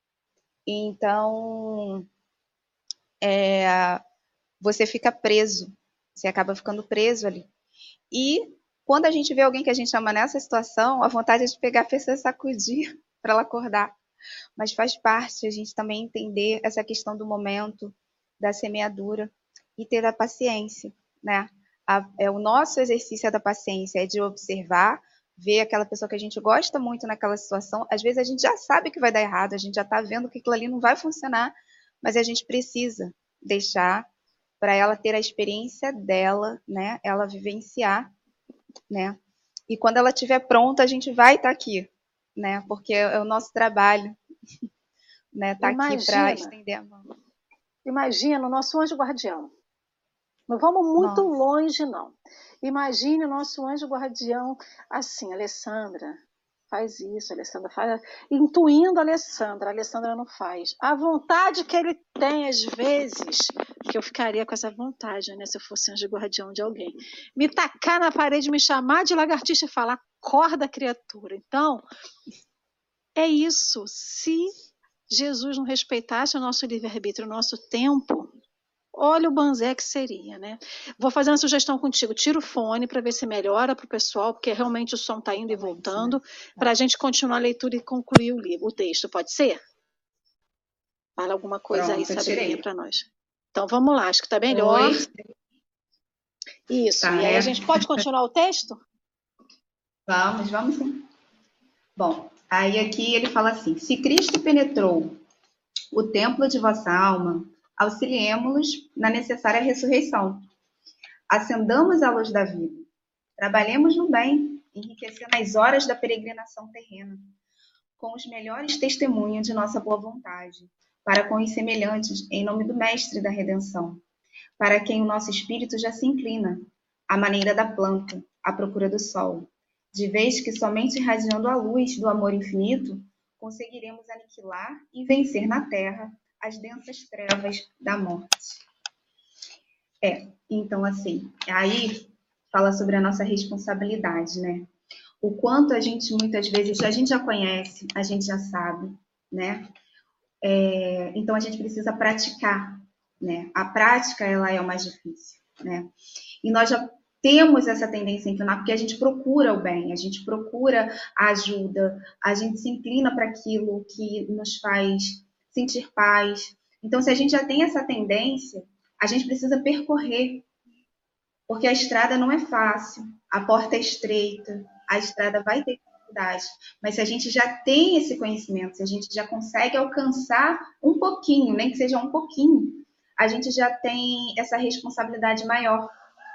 Então, é, você fica preso, você acaba ficando preso ali. E quando a gente vê alguém que a gente ama nessa situação, a vontade é de pegar a pessoa e sacudir para ela acordar. Mas faz parte a gente também entender essa questão do momento, da semeadura e ter a paciência, né? A, é, o nosso exercício é da paciência, é de observar, ver aquela pessoa que a gente gosta muito naquela situação. Às vezes a gente já sabe que vai dar errado, a gente já está vendo que aquilo ali não vai funcionar, mas a gente precisa deixar para ela ter a experiência dela, né? Ela vivenciar, né? E quando ela estiver pronta, a gente vai estar tá aqui, né? Porque é o nosso trabalho, né? Tá aqui para estender a mão. Imagina o nosso anjo guardião. Não vamos muito Nossa. longe, não. Imagine o nosso anjo guardião assim, Alessandra, faz isso, Alessandra faz, intuindo a Alessandra, a Alessandra não faz. A vontade que ele tem, às vezes, que eu ficaria com essa vontade, né, se eu fosse anjo guardião de alguém, me tacar na parede, me chamar de lagartixa e falar, acorda, criatura. Então, é isso. Se Jesus não respeitasse o nosso livre-arbítrio, o nosso tempo, olha o banzé que seria, né? Vou fazer uma sugestão contigo. Tira o fone para ver se melhora para o pessoal, porque realmente o som está indo e voltando, né? Para a gente continuar a leitura e concluir o livro, o texto, pode ser? Fala alguma coisa Pronto, aí, Sabrina, para nós. Então vamos lá, acho que está melhor. Oi. Isso, tá, e aí é. a gente pode continuar o texto? Vamos, vamos sim. Bom, aí aqui ele fala assim, se Cristo penetrou o templo de vossa alma, auxiliemo-los na necessária ressurreição. Acendamos a luz da vida. Trabalhemos no bem, enriquecendo as horas da peregrinação terrena, com os melhores testemunhos de nossa boa vontade, para com os semelhantes, em nome do Mestre da Redenção, para quem o nosso espírito já se inclina, à maneira da planta, à procura do sol, de vez que somente irradiando a luz do amor infinito, conseguiremos aniquilar e vencer na Terra as densas trevas da morte. É, então assim, aí fala sobre a nossa responsabilidade, né? O quanto a gente muitas vezes, a gente já conhece, a gente já sabe, né? É, então a gente precisa praticar, né? A prática, ela é o mais difícil, né? E nós já temos essa tendência a inclinar, porque a gente procura o bem, a gente procura a ajuda, a gente se inclina para aquilo que nos faz sentir paz. Então, se a gente já tem essa tendência, a gente precisa percorrer, porque a estrada não é fácil, a porta é estreita, a estrada vai ter dificuldade, mas se a gente já tem esse conhecimento, se a gente já consegue alcançar um pouquinho, nem que seja um pouquinho, a gente já tem essa responsabilidade maior,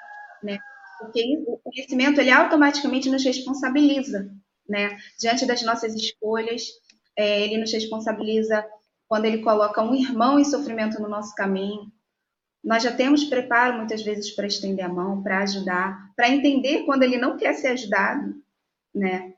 né? Porque o conhecimento, ele automaticamente nos responsabiliza, né? Diante das nossas escolhas, é, ele nos responsabiliza quando ele coloca um irmão em sofrimento no nosso caminho. Nós já temos preparo, muitas vezes, para estender a mão, para ajudar, para entender quando ele não quer ser ajudado, né?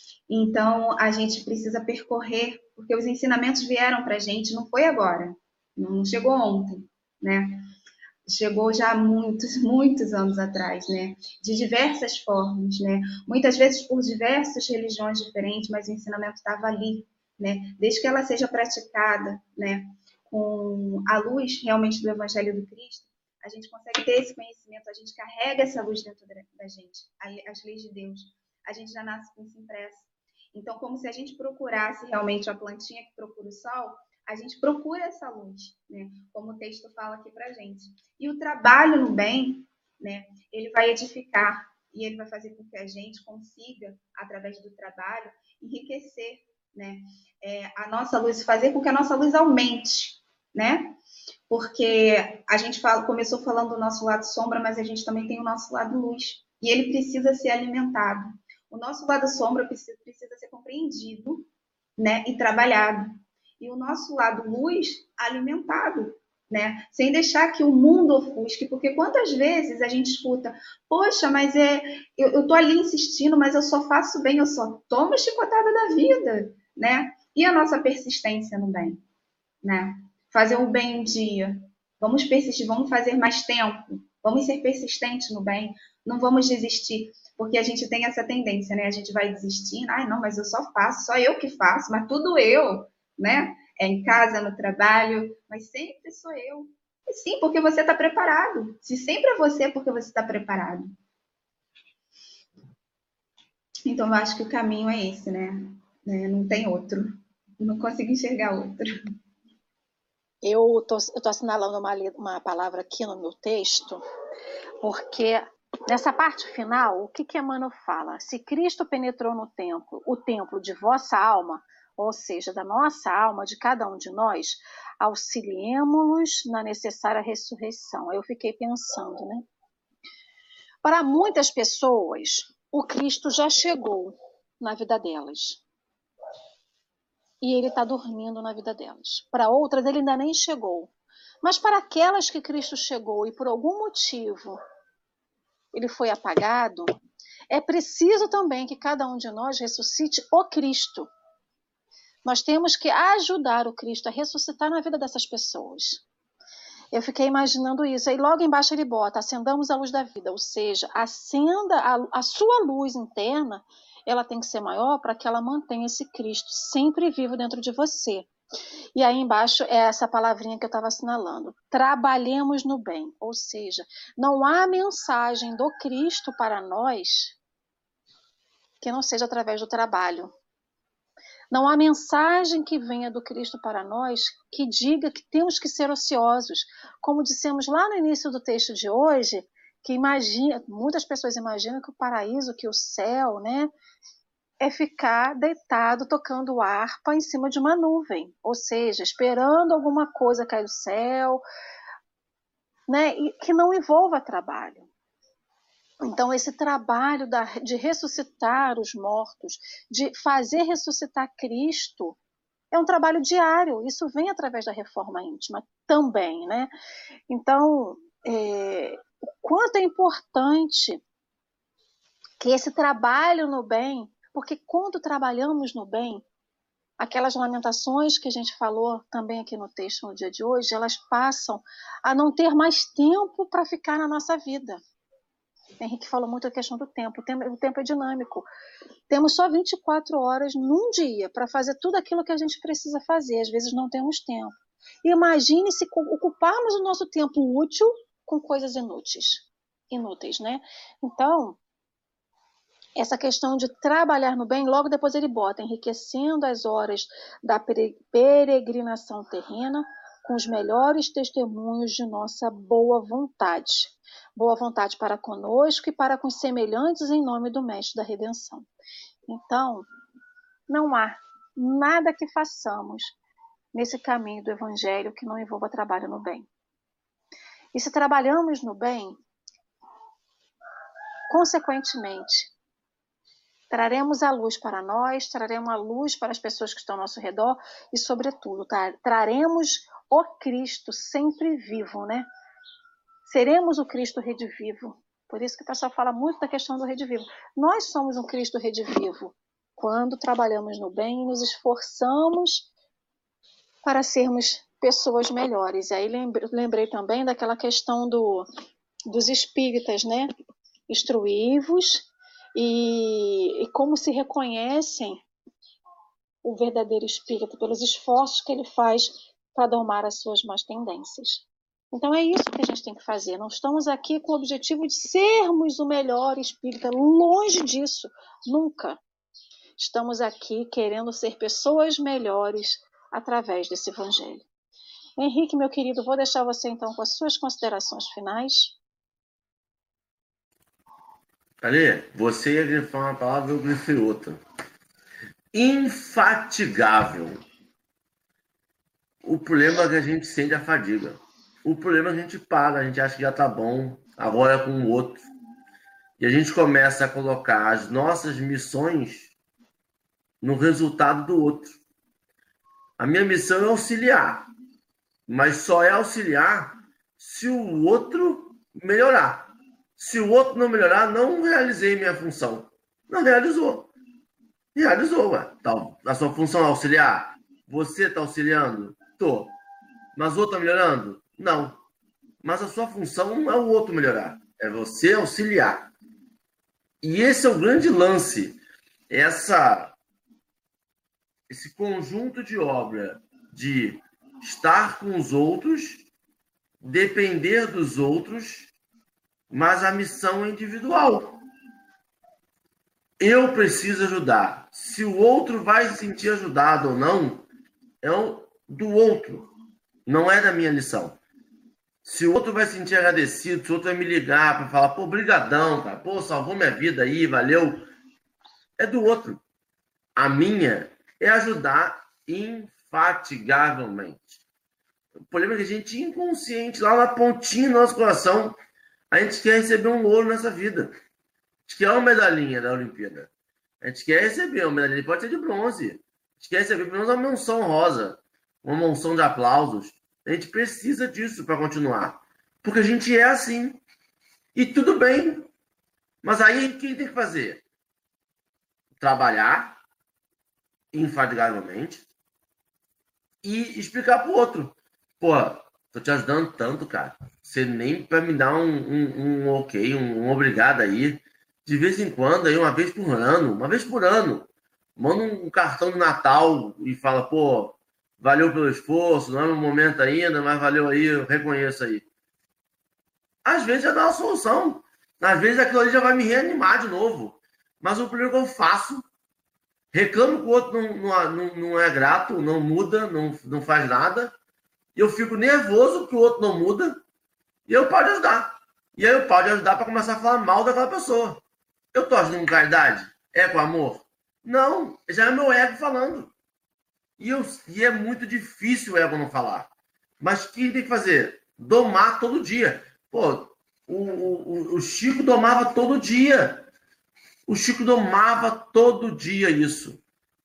Então, a gente precisa percorrer, porque os ensinamentos vieram para a gente, não foi agora, não chegou ontem, né? Chegou já há muitos, muitos anos atrás, né? De diversas formas, né? Muitas vezes por diversas religiões diferentes, mas o ensinamento estava ali, né? Desde que ela seja praticada, né? Com a luz realmente do Evangelho do Cristo, a gente consegue ter esse conhecimento, a gente carrega essa luz dentro da gente, as leis de Deus. A gente já nasce com isso impresso. Então, como se a gente procurasse realmente a plantinha que procura o sol, a gente procura essa luz, né? Como o texto fala aqui pra gente. E o trabalho no bem, né? Ele vai edificar e ele vai fazer com que a gente consiga, através do trabalho, enriquecer, né? É, a nossa luz, fazer com que a nossa luz aumente, né? Porque a gente fala, começou falando do nosso lado sombra, mas a gente também tem o nosso lado luz. E ele precisa ser alimentado. O nosso lado sombra precisa, precisa ser compreendido, né? E trabalhado. E o nosso lado luz alimentado, né? Sem deixar que o mundo ofusque, porque quantas vezes a gente escuta, poxa, mas é, eu, eu tô ali insistindo, mas eu só faço bem, eu só tomo chicotada da vida, né? E a nossa persistência no bem, né? Fazer o bem um dia, vamos persistir, vamos fazer mais tempo, vamos ser persistentes no bem, não vamos desistir, porque a gente tem essa tendência, né? A gente vai desistindo, ai não, mas eu só faço, só eu que faço, mas tudo eu, né? É em casa, no trabalho, mas sempre sou eu. E sim, porque você está preparado. Se sempre é você, é porque você está preparado. Então, eu acho que o caminho é esse, né? Não tem outro. Não consigo enxergar outro. Eu tô, eu tô assinalando uma, uma palavra aqui no meu texto, porque nessa parte final, o que que Emmanuel fala? Se Cristo penetrou no templo, o templo de vossa alma, ou seja, da nossa alma, de cada um de nós, auxiliemo-los na necessária ressurreição. Eu fiquei pensando, né? Para muitas pessoas, o Cristo já chegou na vida delas. E ele está dormindo na vida delas. Para outras, ele ainda nem chegou. Mas para aquelas que Cristo chegou e por algum motivo ele foi apagado, é preciso também que cada um de nós ressuscite o Cristo. Nós temos que ajudar o Cristo a ressuscitar na vida dessas pessoas. Eu fiquei imaginando isso. Aí logo embaixo ele bota, acendamos a luz da vida. Ou seja, acenda a, a sua luz interna, ela tem que ser maior para que ela mantenha esse Cristo sempre vivo dentro de você. E aí embaixo é essa palavrinha que eu estava assinalando. Trabalhemos no bem. Ou seja, não há mensagem do Cristo para nós que não seja através do trabalho. Não há mensagem que venha do Cristo para nós que diga que temos que ser ociosos. Como dissemos lá no início do texto de hoje, que imagina, muitas pessoas imaginam que o paraíso, que o céu, né, é ficar deitado tocando harpa em cima de uma nuvem. Ou seja, esperando alguma coisa cair do céu, né, e que não envolva trabalho. Então, esse trabalho da, de ressuscitar os mortos, de fazer ressuscitar Cristo, é um trabalho diário. Isso vem através da reforma íntima também, né? Então, é, o quanto é importante que esse trabalho no bem, porque quando trabalhamos no bem, aquelas lamentações que a gente falou também aqui no texto no dia de hoje, elas passam a não ter mais tempo para ficar na nossa vida. O Henrique falou muito a questão do tempo. O tempo, o tempo é dinâmico. Temos só vinte e quatro horas num dia para fazer tudo aquilo que a gente precisa fazer. Às vezes não temos tempo. Imagine se ocuparmos o nosso tempo útil com coisas inúteis. Inúteis, né? Então, essa questão de trabalhar no bem, logo depois ele bota, enriquecendo as horas da peregrinação terrena com os melhores testemunhos de nossa boa vontade. Boa vontade para conosco e para com os semelhantes em nome do Mestre da Redenção. Então, não há nada que façamos nesse caminho do Evangelho que não envolva trabalho no bem. E se trabalhamos no bem, consequentemente, traremos a luz para nós, traremos a luz para as pessoas que estão ao nosso redor e, sobretudo, traremos o Cristo sempre vivo, né? Seremos o Cristo redivivo. Por isso que o pessoal fala muito da questão do redivivo. Nós somos um Cristo redivivo quando trabalhamos no bem e nos esforçamos para sermos pessoas melhores. E aí lembrei, lembrei também daquela questão do, dos espíritas, né? Instruí-vos e, e como se reconhecem o verdadeiro espírita pelos esforços que ele faz para domar as suas más tendências. Então é isso que a gente tem que fazer. Não estamos aqui com o objetivo de sermos o melhor espírita, longe disso, nunca. Estamos aqui querendo ser pessoas melhores através desse evangelho. Henrique, meu querido, vou deixar você então com as suas considerações finais. Ali, você ia grifar uma palavra, eu grifei outra. Infatigável. O problema é que a gente sente a fadiga. O problema é que a gente para, a gente acha que já tá bom, agora é com o outro. E a gente começa a colocar as nossas missões no resultado do outro. A minha missão é auxiliar, mas só é auxiliar se o outro melhorar. Se o outro não melhorar, não realizei minha função. Não realizou. Realizou, ué. Então, a sua função é auxiliar? Você está auxiliando? Tô. Mas o outro está melhorando? Não. Mas a sua função não é o outro melhorar. É você auxiliar. E esse é o grande lance. Essa, esse conjunto de obra de estar com os outros, depender dos outros, mas a missão é individual. Eu preciso ajudar. Se o outro vai se sentir ajudado ou não, é do outro. Não é da minha lição. Se o outro vai se sentir agradecido, se o outro vai me ligar para falar, pô, brigadão, cara, pô, salvou minha vida aí, valeu, é do outro. A minha é ajudar infatigavelmente. O problema é que a gente é inconsciente, lá na pontinha do nosso coração, a gente quer receber um ouro nessa vida. A gente quer uma medalhinha da Olimpíada. A gente quer receber uma medalhinha, pode ser de bronze. A gente quer receber pelo menos uma menção rosa, uma monção de aplausos. A gente precisa disso para continuar. Porque a gente é assim. E tudo bem. Mas aí o que tem que fazer? Trabalhar infatigavelmente e explicar para o outro. Pô, tô te ajudando tanto, cara. Você nem para me dar um, um, um ok, um, um obrigado aí. De vez em quando, aí uma vez por ano. Uma vez por ano. Manda um cartão de Natal e fala, pô, valeu pelo esforço, não é no momento ainda, mas valeu aí, eu reconheço aí. Às vezes já dá uma solução. Às vezes aquilo ali já vai me reanimar de novo. Mas o primeiro que eu faço, reclamo que o outro não, não, não é grato, não muda, não, não faz nada. E eu fico nervoso que o outro não muda. E eu paro de ajudar. E aí eu paro de ajudar para começar a falar mal daquela pessoa. Eu estou ajudando com caridade? É com amor? Não, já é meu ego falando. E, eu, e é muito difícil o ego não falar. Mas o que tem que fazer? Domar todo dia. Pô, o, o, o Chico domava todo dia. O Chico domava todo dia isso.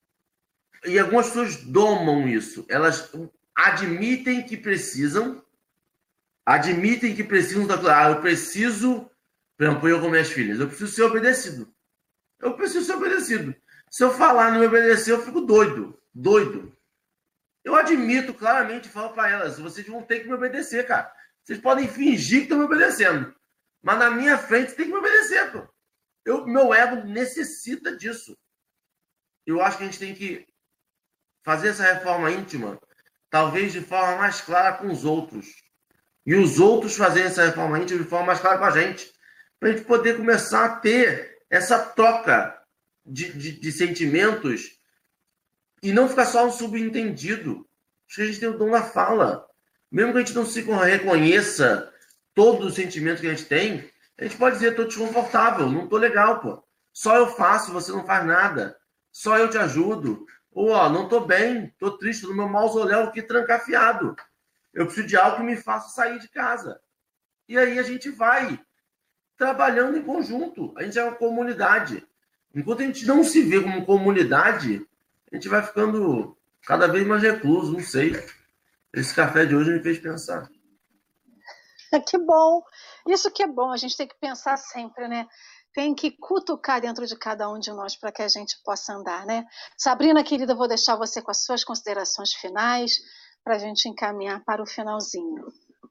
E algumas pessoas domam isso. Elas admitem que precisam. Admitem que precisam. Ah, eu preciso, por exemplo, eu com minhas filhas, eu preciso ser obedecido. Eu preciso ser obedecido. Se eu falar e não me obedecer, eu fico doido. doido. Eu admito claramente e falo para elas, vocês vão ter que me obedecer, cara. Vocês podem fingir que estão me obedecendo, mas na minha frente tem que me obedecer, pô. Eu, meu ego necessita disso. Eu acho que a gente tem que fazer essa reforma íntima, talvez de forma mais clara com os outros. E os outros fazerem essa reforma íntima de forma mais clara com a gente. Para a gente poder começar a ter essa troca de, de, de sentimentos e não ficar só um subentendido. Acho que a gente tem o dom da fala. Mesmo que a gente não se reconheça todo o sentimento que a gente tem, a gente pode dizer, estou desconfortável, não estou legal, pô. Só eu faço, você não faz nada. Só eu te ajudo. Ou, ó, não estou bem, estou triste, no meu mausoléu aqui trancafiado. Eu preciso de algo que me faça sair de casa. E aí a gente vai trabalhando em conjunto. A gente é uma comunidade. Enquanto a gente não se vê como comunidade, a gente vai ficando cada vez mais recluso, não sei. Esse café de hoje me fez pensar. Que bom. Isso que é bom, a gente tem que pensar sempre, né? Tem que cutucar dentro de cada um de nós para que a gente possa andar, né? Sabrina, querida, vou deixar você com as suas considerações finais para a gente encaminhar para o finalzinho.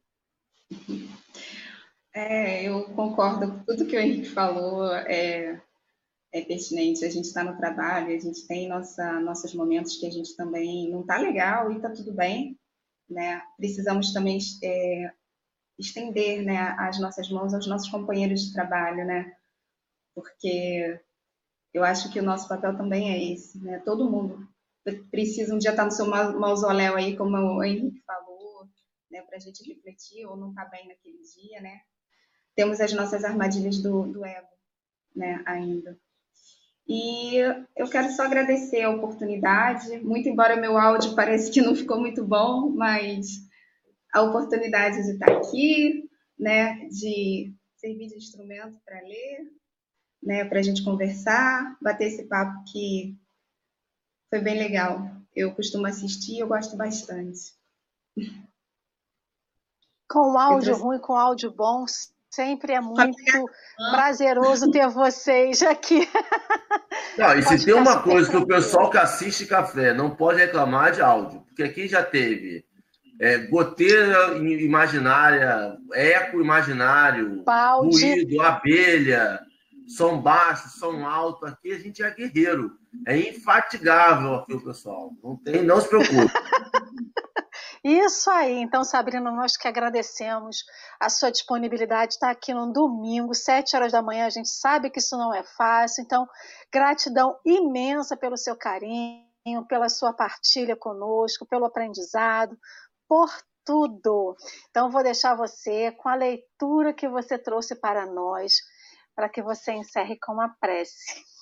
É, eu concordo com tudo que o Henrique falou, é, é pertinente. A gente está no trabalho, a gente tem nossa, nossos momentos que a gente também não está legal e está tudo bem, né? Precisamos também é, estender, né, as nossas mãos aos nossos companheiros de trabalho, né? Porque eu acho que o nosso papel também é esse, né? Todo mundo precisa um dia estar no seu mausoléu aí, como o Henrique falou, né, para a gente refletir ou não estar bem naquele dia, né? Temos as nossas armadilhas do, do ego, né, ainda. E eu quero só agradecer a oportunidade, muito embora meu áudio pareça que não ficou muito bom, mas a oportunidade de estar aqui, né, de servir de instrumento para ler, né, para a gente conversar, bater esse papo que foi bem legal. Eu costumo assistir, eu gosto bastante. Com áudio trouxe... ruim, com áudio bom, sempre é muito prazeroso ter vocês aqui. Não, e se tem uma coisa que o pessoal que assiste café não pode reclamar de áudio, porque aqui já teve é, goteira imaginária, eco imaginário, Balde. ruído, abelha, som baixo, som alto. Aqui a gente é guerreiro. É infatigável aqui o pessoal. Não tem, não se preocupe. Isso aí. Então, Sabrina, nós que agradecemos a sua disponibilidade de estar aqui no domingo, sete horas da manhã. A gente sabe que isso não é fácil. Então, gratidão imensa pelo seu carinho, pela sua partilha conosco, pelo aprendizado, por tudo. Então, vou deixar você com a leitura que você trouxe para nós, para que você encerre com uma prece.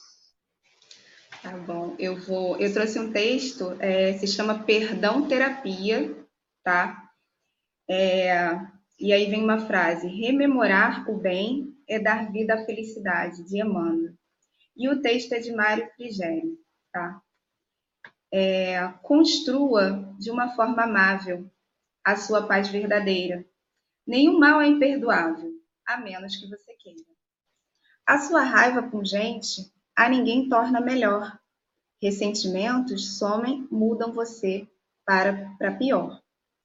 Tá bom, eu vou. Eu trouxe um texto, é, se chama Perdão Terapia, tá? É, e aí vem uma frase: rememorar o bem é dar vida à felicidade, de Emmanuel. E o texto é de Mário Frigério, tá? É, construa de uma forma amável a sua paz verdadeira. Nenhum mal é imperdoável, a menos que você queira. A sua raiva pungente a ninguém torna melhor. Ressentimentos somem, mudam você para, para pior.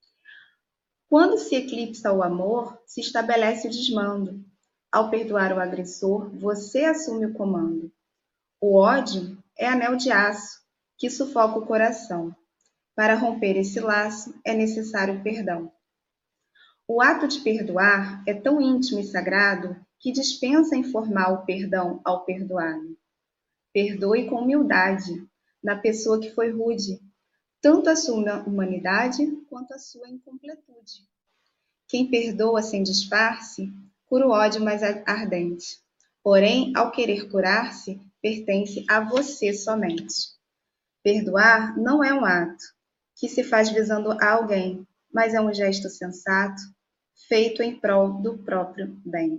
Quando se eclipsa o amor, se estabelece o desmando. Ao perdoar o agressor, você assume o comando. O ódio é anel de aço que sufoca o coração. Para romper esse laço, é necessário o perdão. O ato de perdoar é tão íntimo e sagrado que dispensa informar o perdão ao perdoado. Perdoe com humildade na pessoa que foi rude, tanto a sua humanidade quanto a sua incompletude. Quem perdoa sem disfarce, cura o ódio mais ardente. Porém, ao querer curar-se, pertence a você somente. Perdoar não é um ato que se faz visando a alguém, mas é um gesto sensato, feito em prol do próprio bem.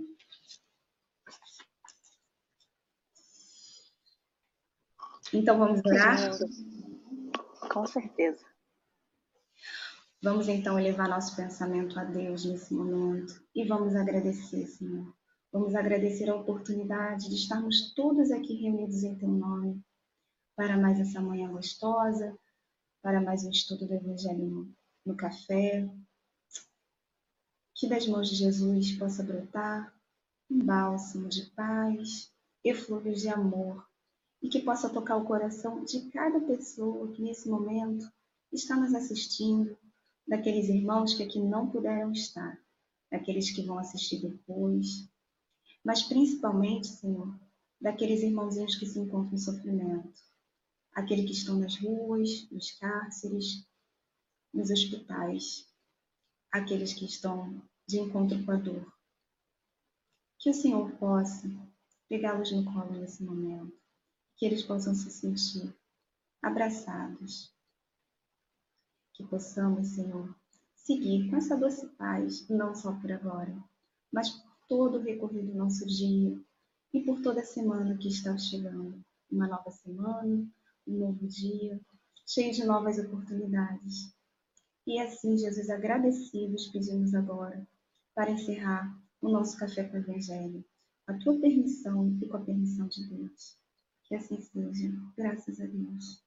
Então, vamos orar? Com certeza. Vamos, então, elevar nosso pensamento a Deus nesse momento e vamos agradecer, Senhor. Vamos agradecer a oportunidade de estarmos todos aqui reunidos em Teu nome para mais essa manhã gostosa, para mais um estudo do Evangelho no, no café. Que das mãos de Jesus possa brotar um bálsamo de paz, eflúvios de amor, e que possa tocar o coração de cada pessoa que nesse momento está nos assistindo, daqueles irmãos que aqui não puderam estar, daqueles que vão assistir depois, mas principalmente, Senhor, daqueles irmãozinhos que se encontram em sofrimento, aqueles que estão nas ruas, nos cárceres, nos hospitais, aqueles que estão de encontro com a dor. Que o Senhor possa pegá-los no colo nesse momento, que eles possam se sentir abraçados, que possamos, Senhor, seguir com essa doce paz, não só por agora, mas por todo o recorrido do nosso dia e por toda a semana que está chegando. Uma nova semana, um novo dia, cheio de novas oportunidades. E assim, Jesus, agradecidos, pedimos agora, para encerrar o nosso Café com o Evangelho, a tua permissão e com a permissão de Deus. Que assim seja, graças a Deus.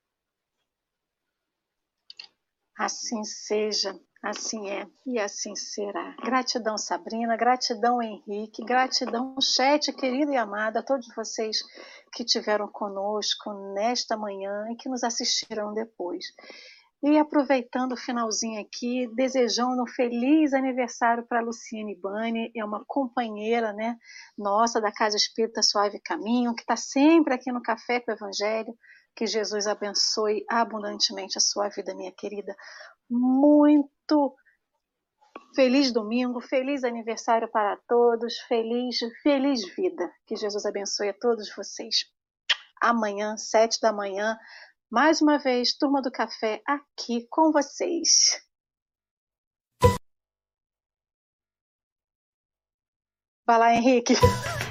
Assim seja, assim é e assim será. Gratidão, Sabrina, gratidão, Henrique, gratidão, chat querido e amado, a todos vocês que estiveram conosco nesta manhã e que nos assistiram depois. E aproveitando o finalzinho aqui, desejando um feliz aniversário para a Luciane Bani, é uma companheira, né, nossa da Casa Espírita Suave Caminho, que está sempre aqui no Café com o Evangelho. Que Jesus abençoe abundantemente a sua vida, minha querida. Muito feliz domingo, feliz aniversário para todos, feliz, feliz vida. Que Jesus abençoe a todos vocês. Amanhã, sete da manhã, mais uma vez, Turma do Café aqui com vocês. Vai lá, Henrique.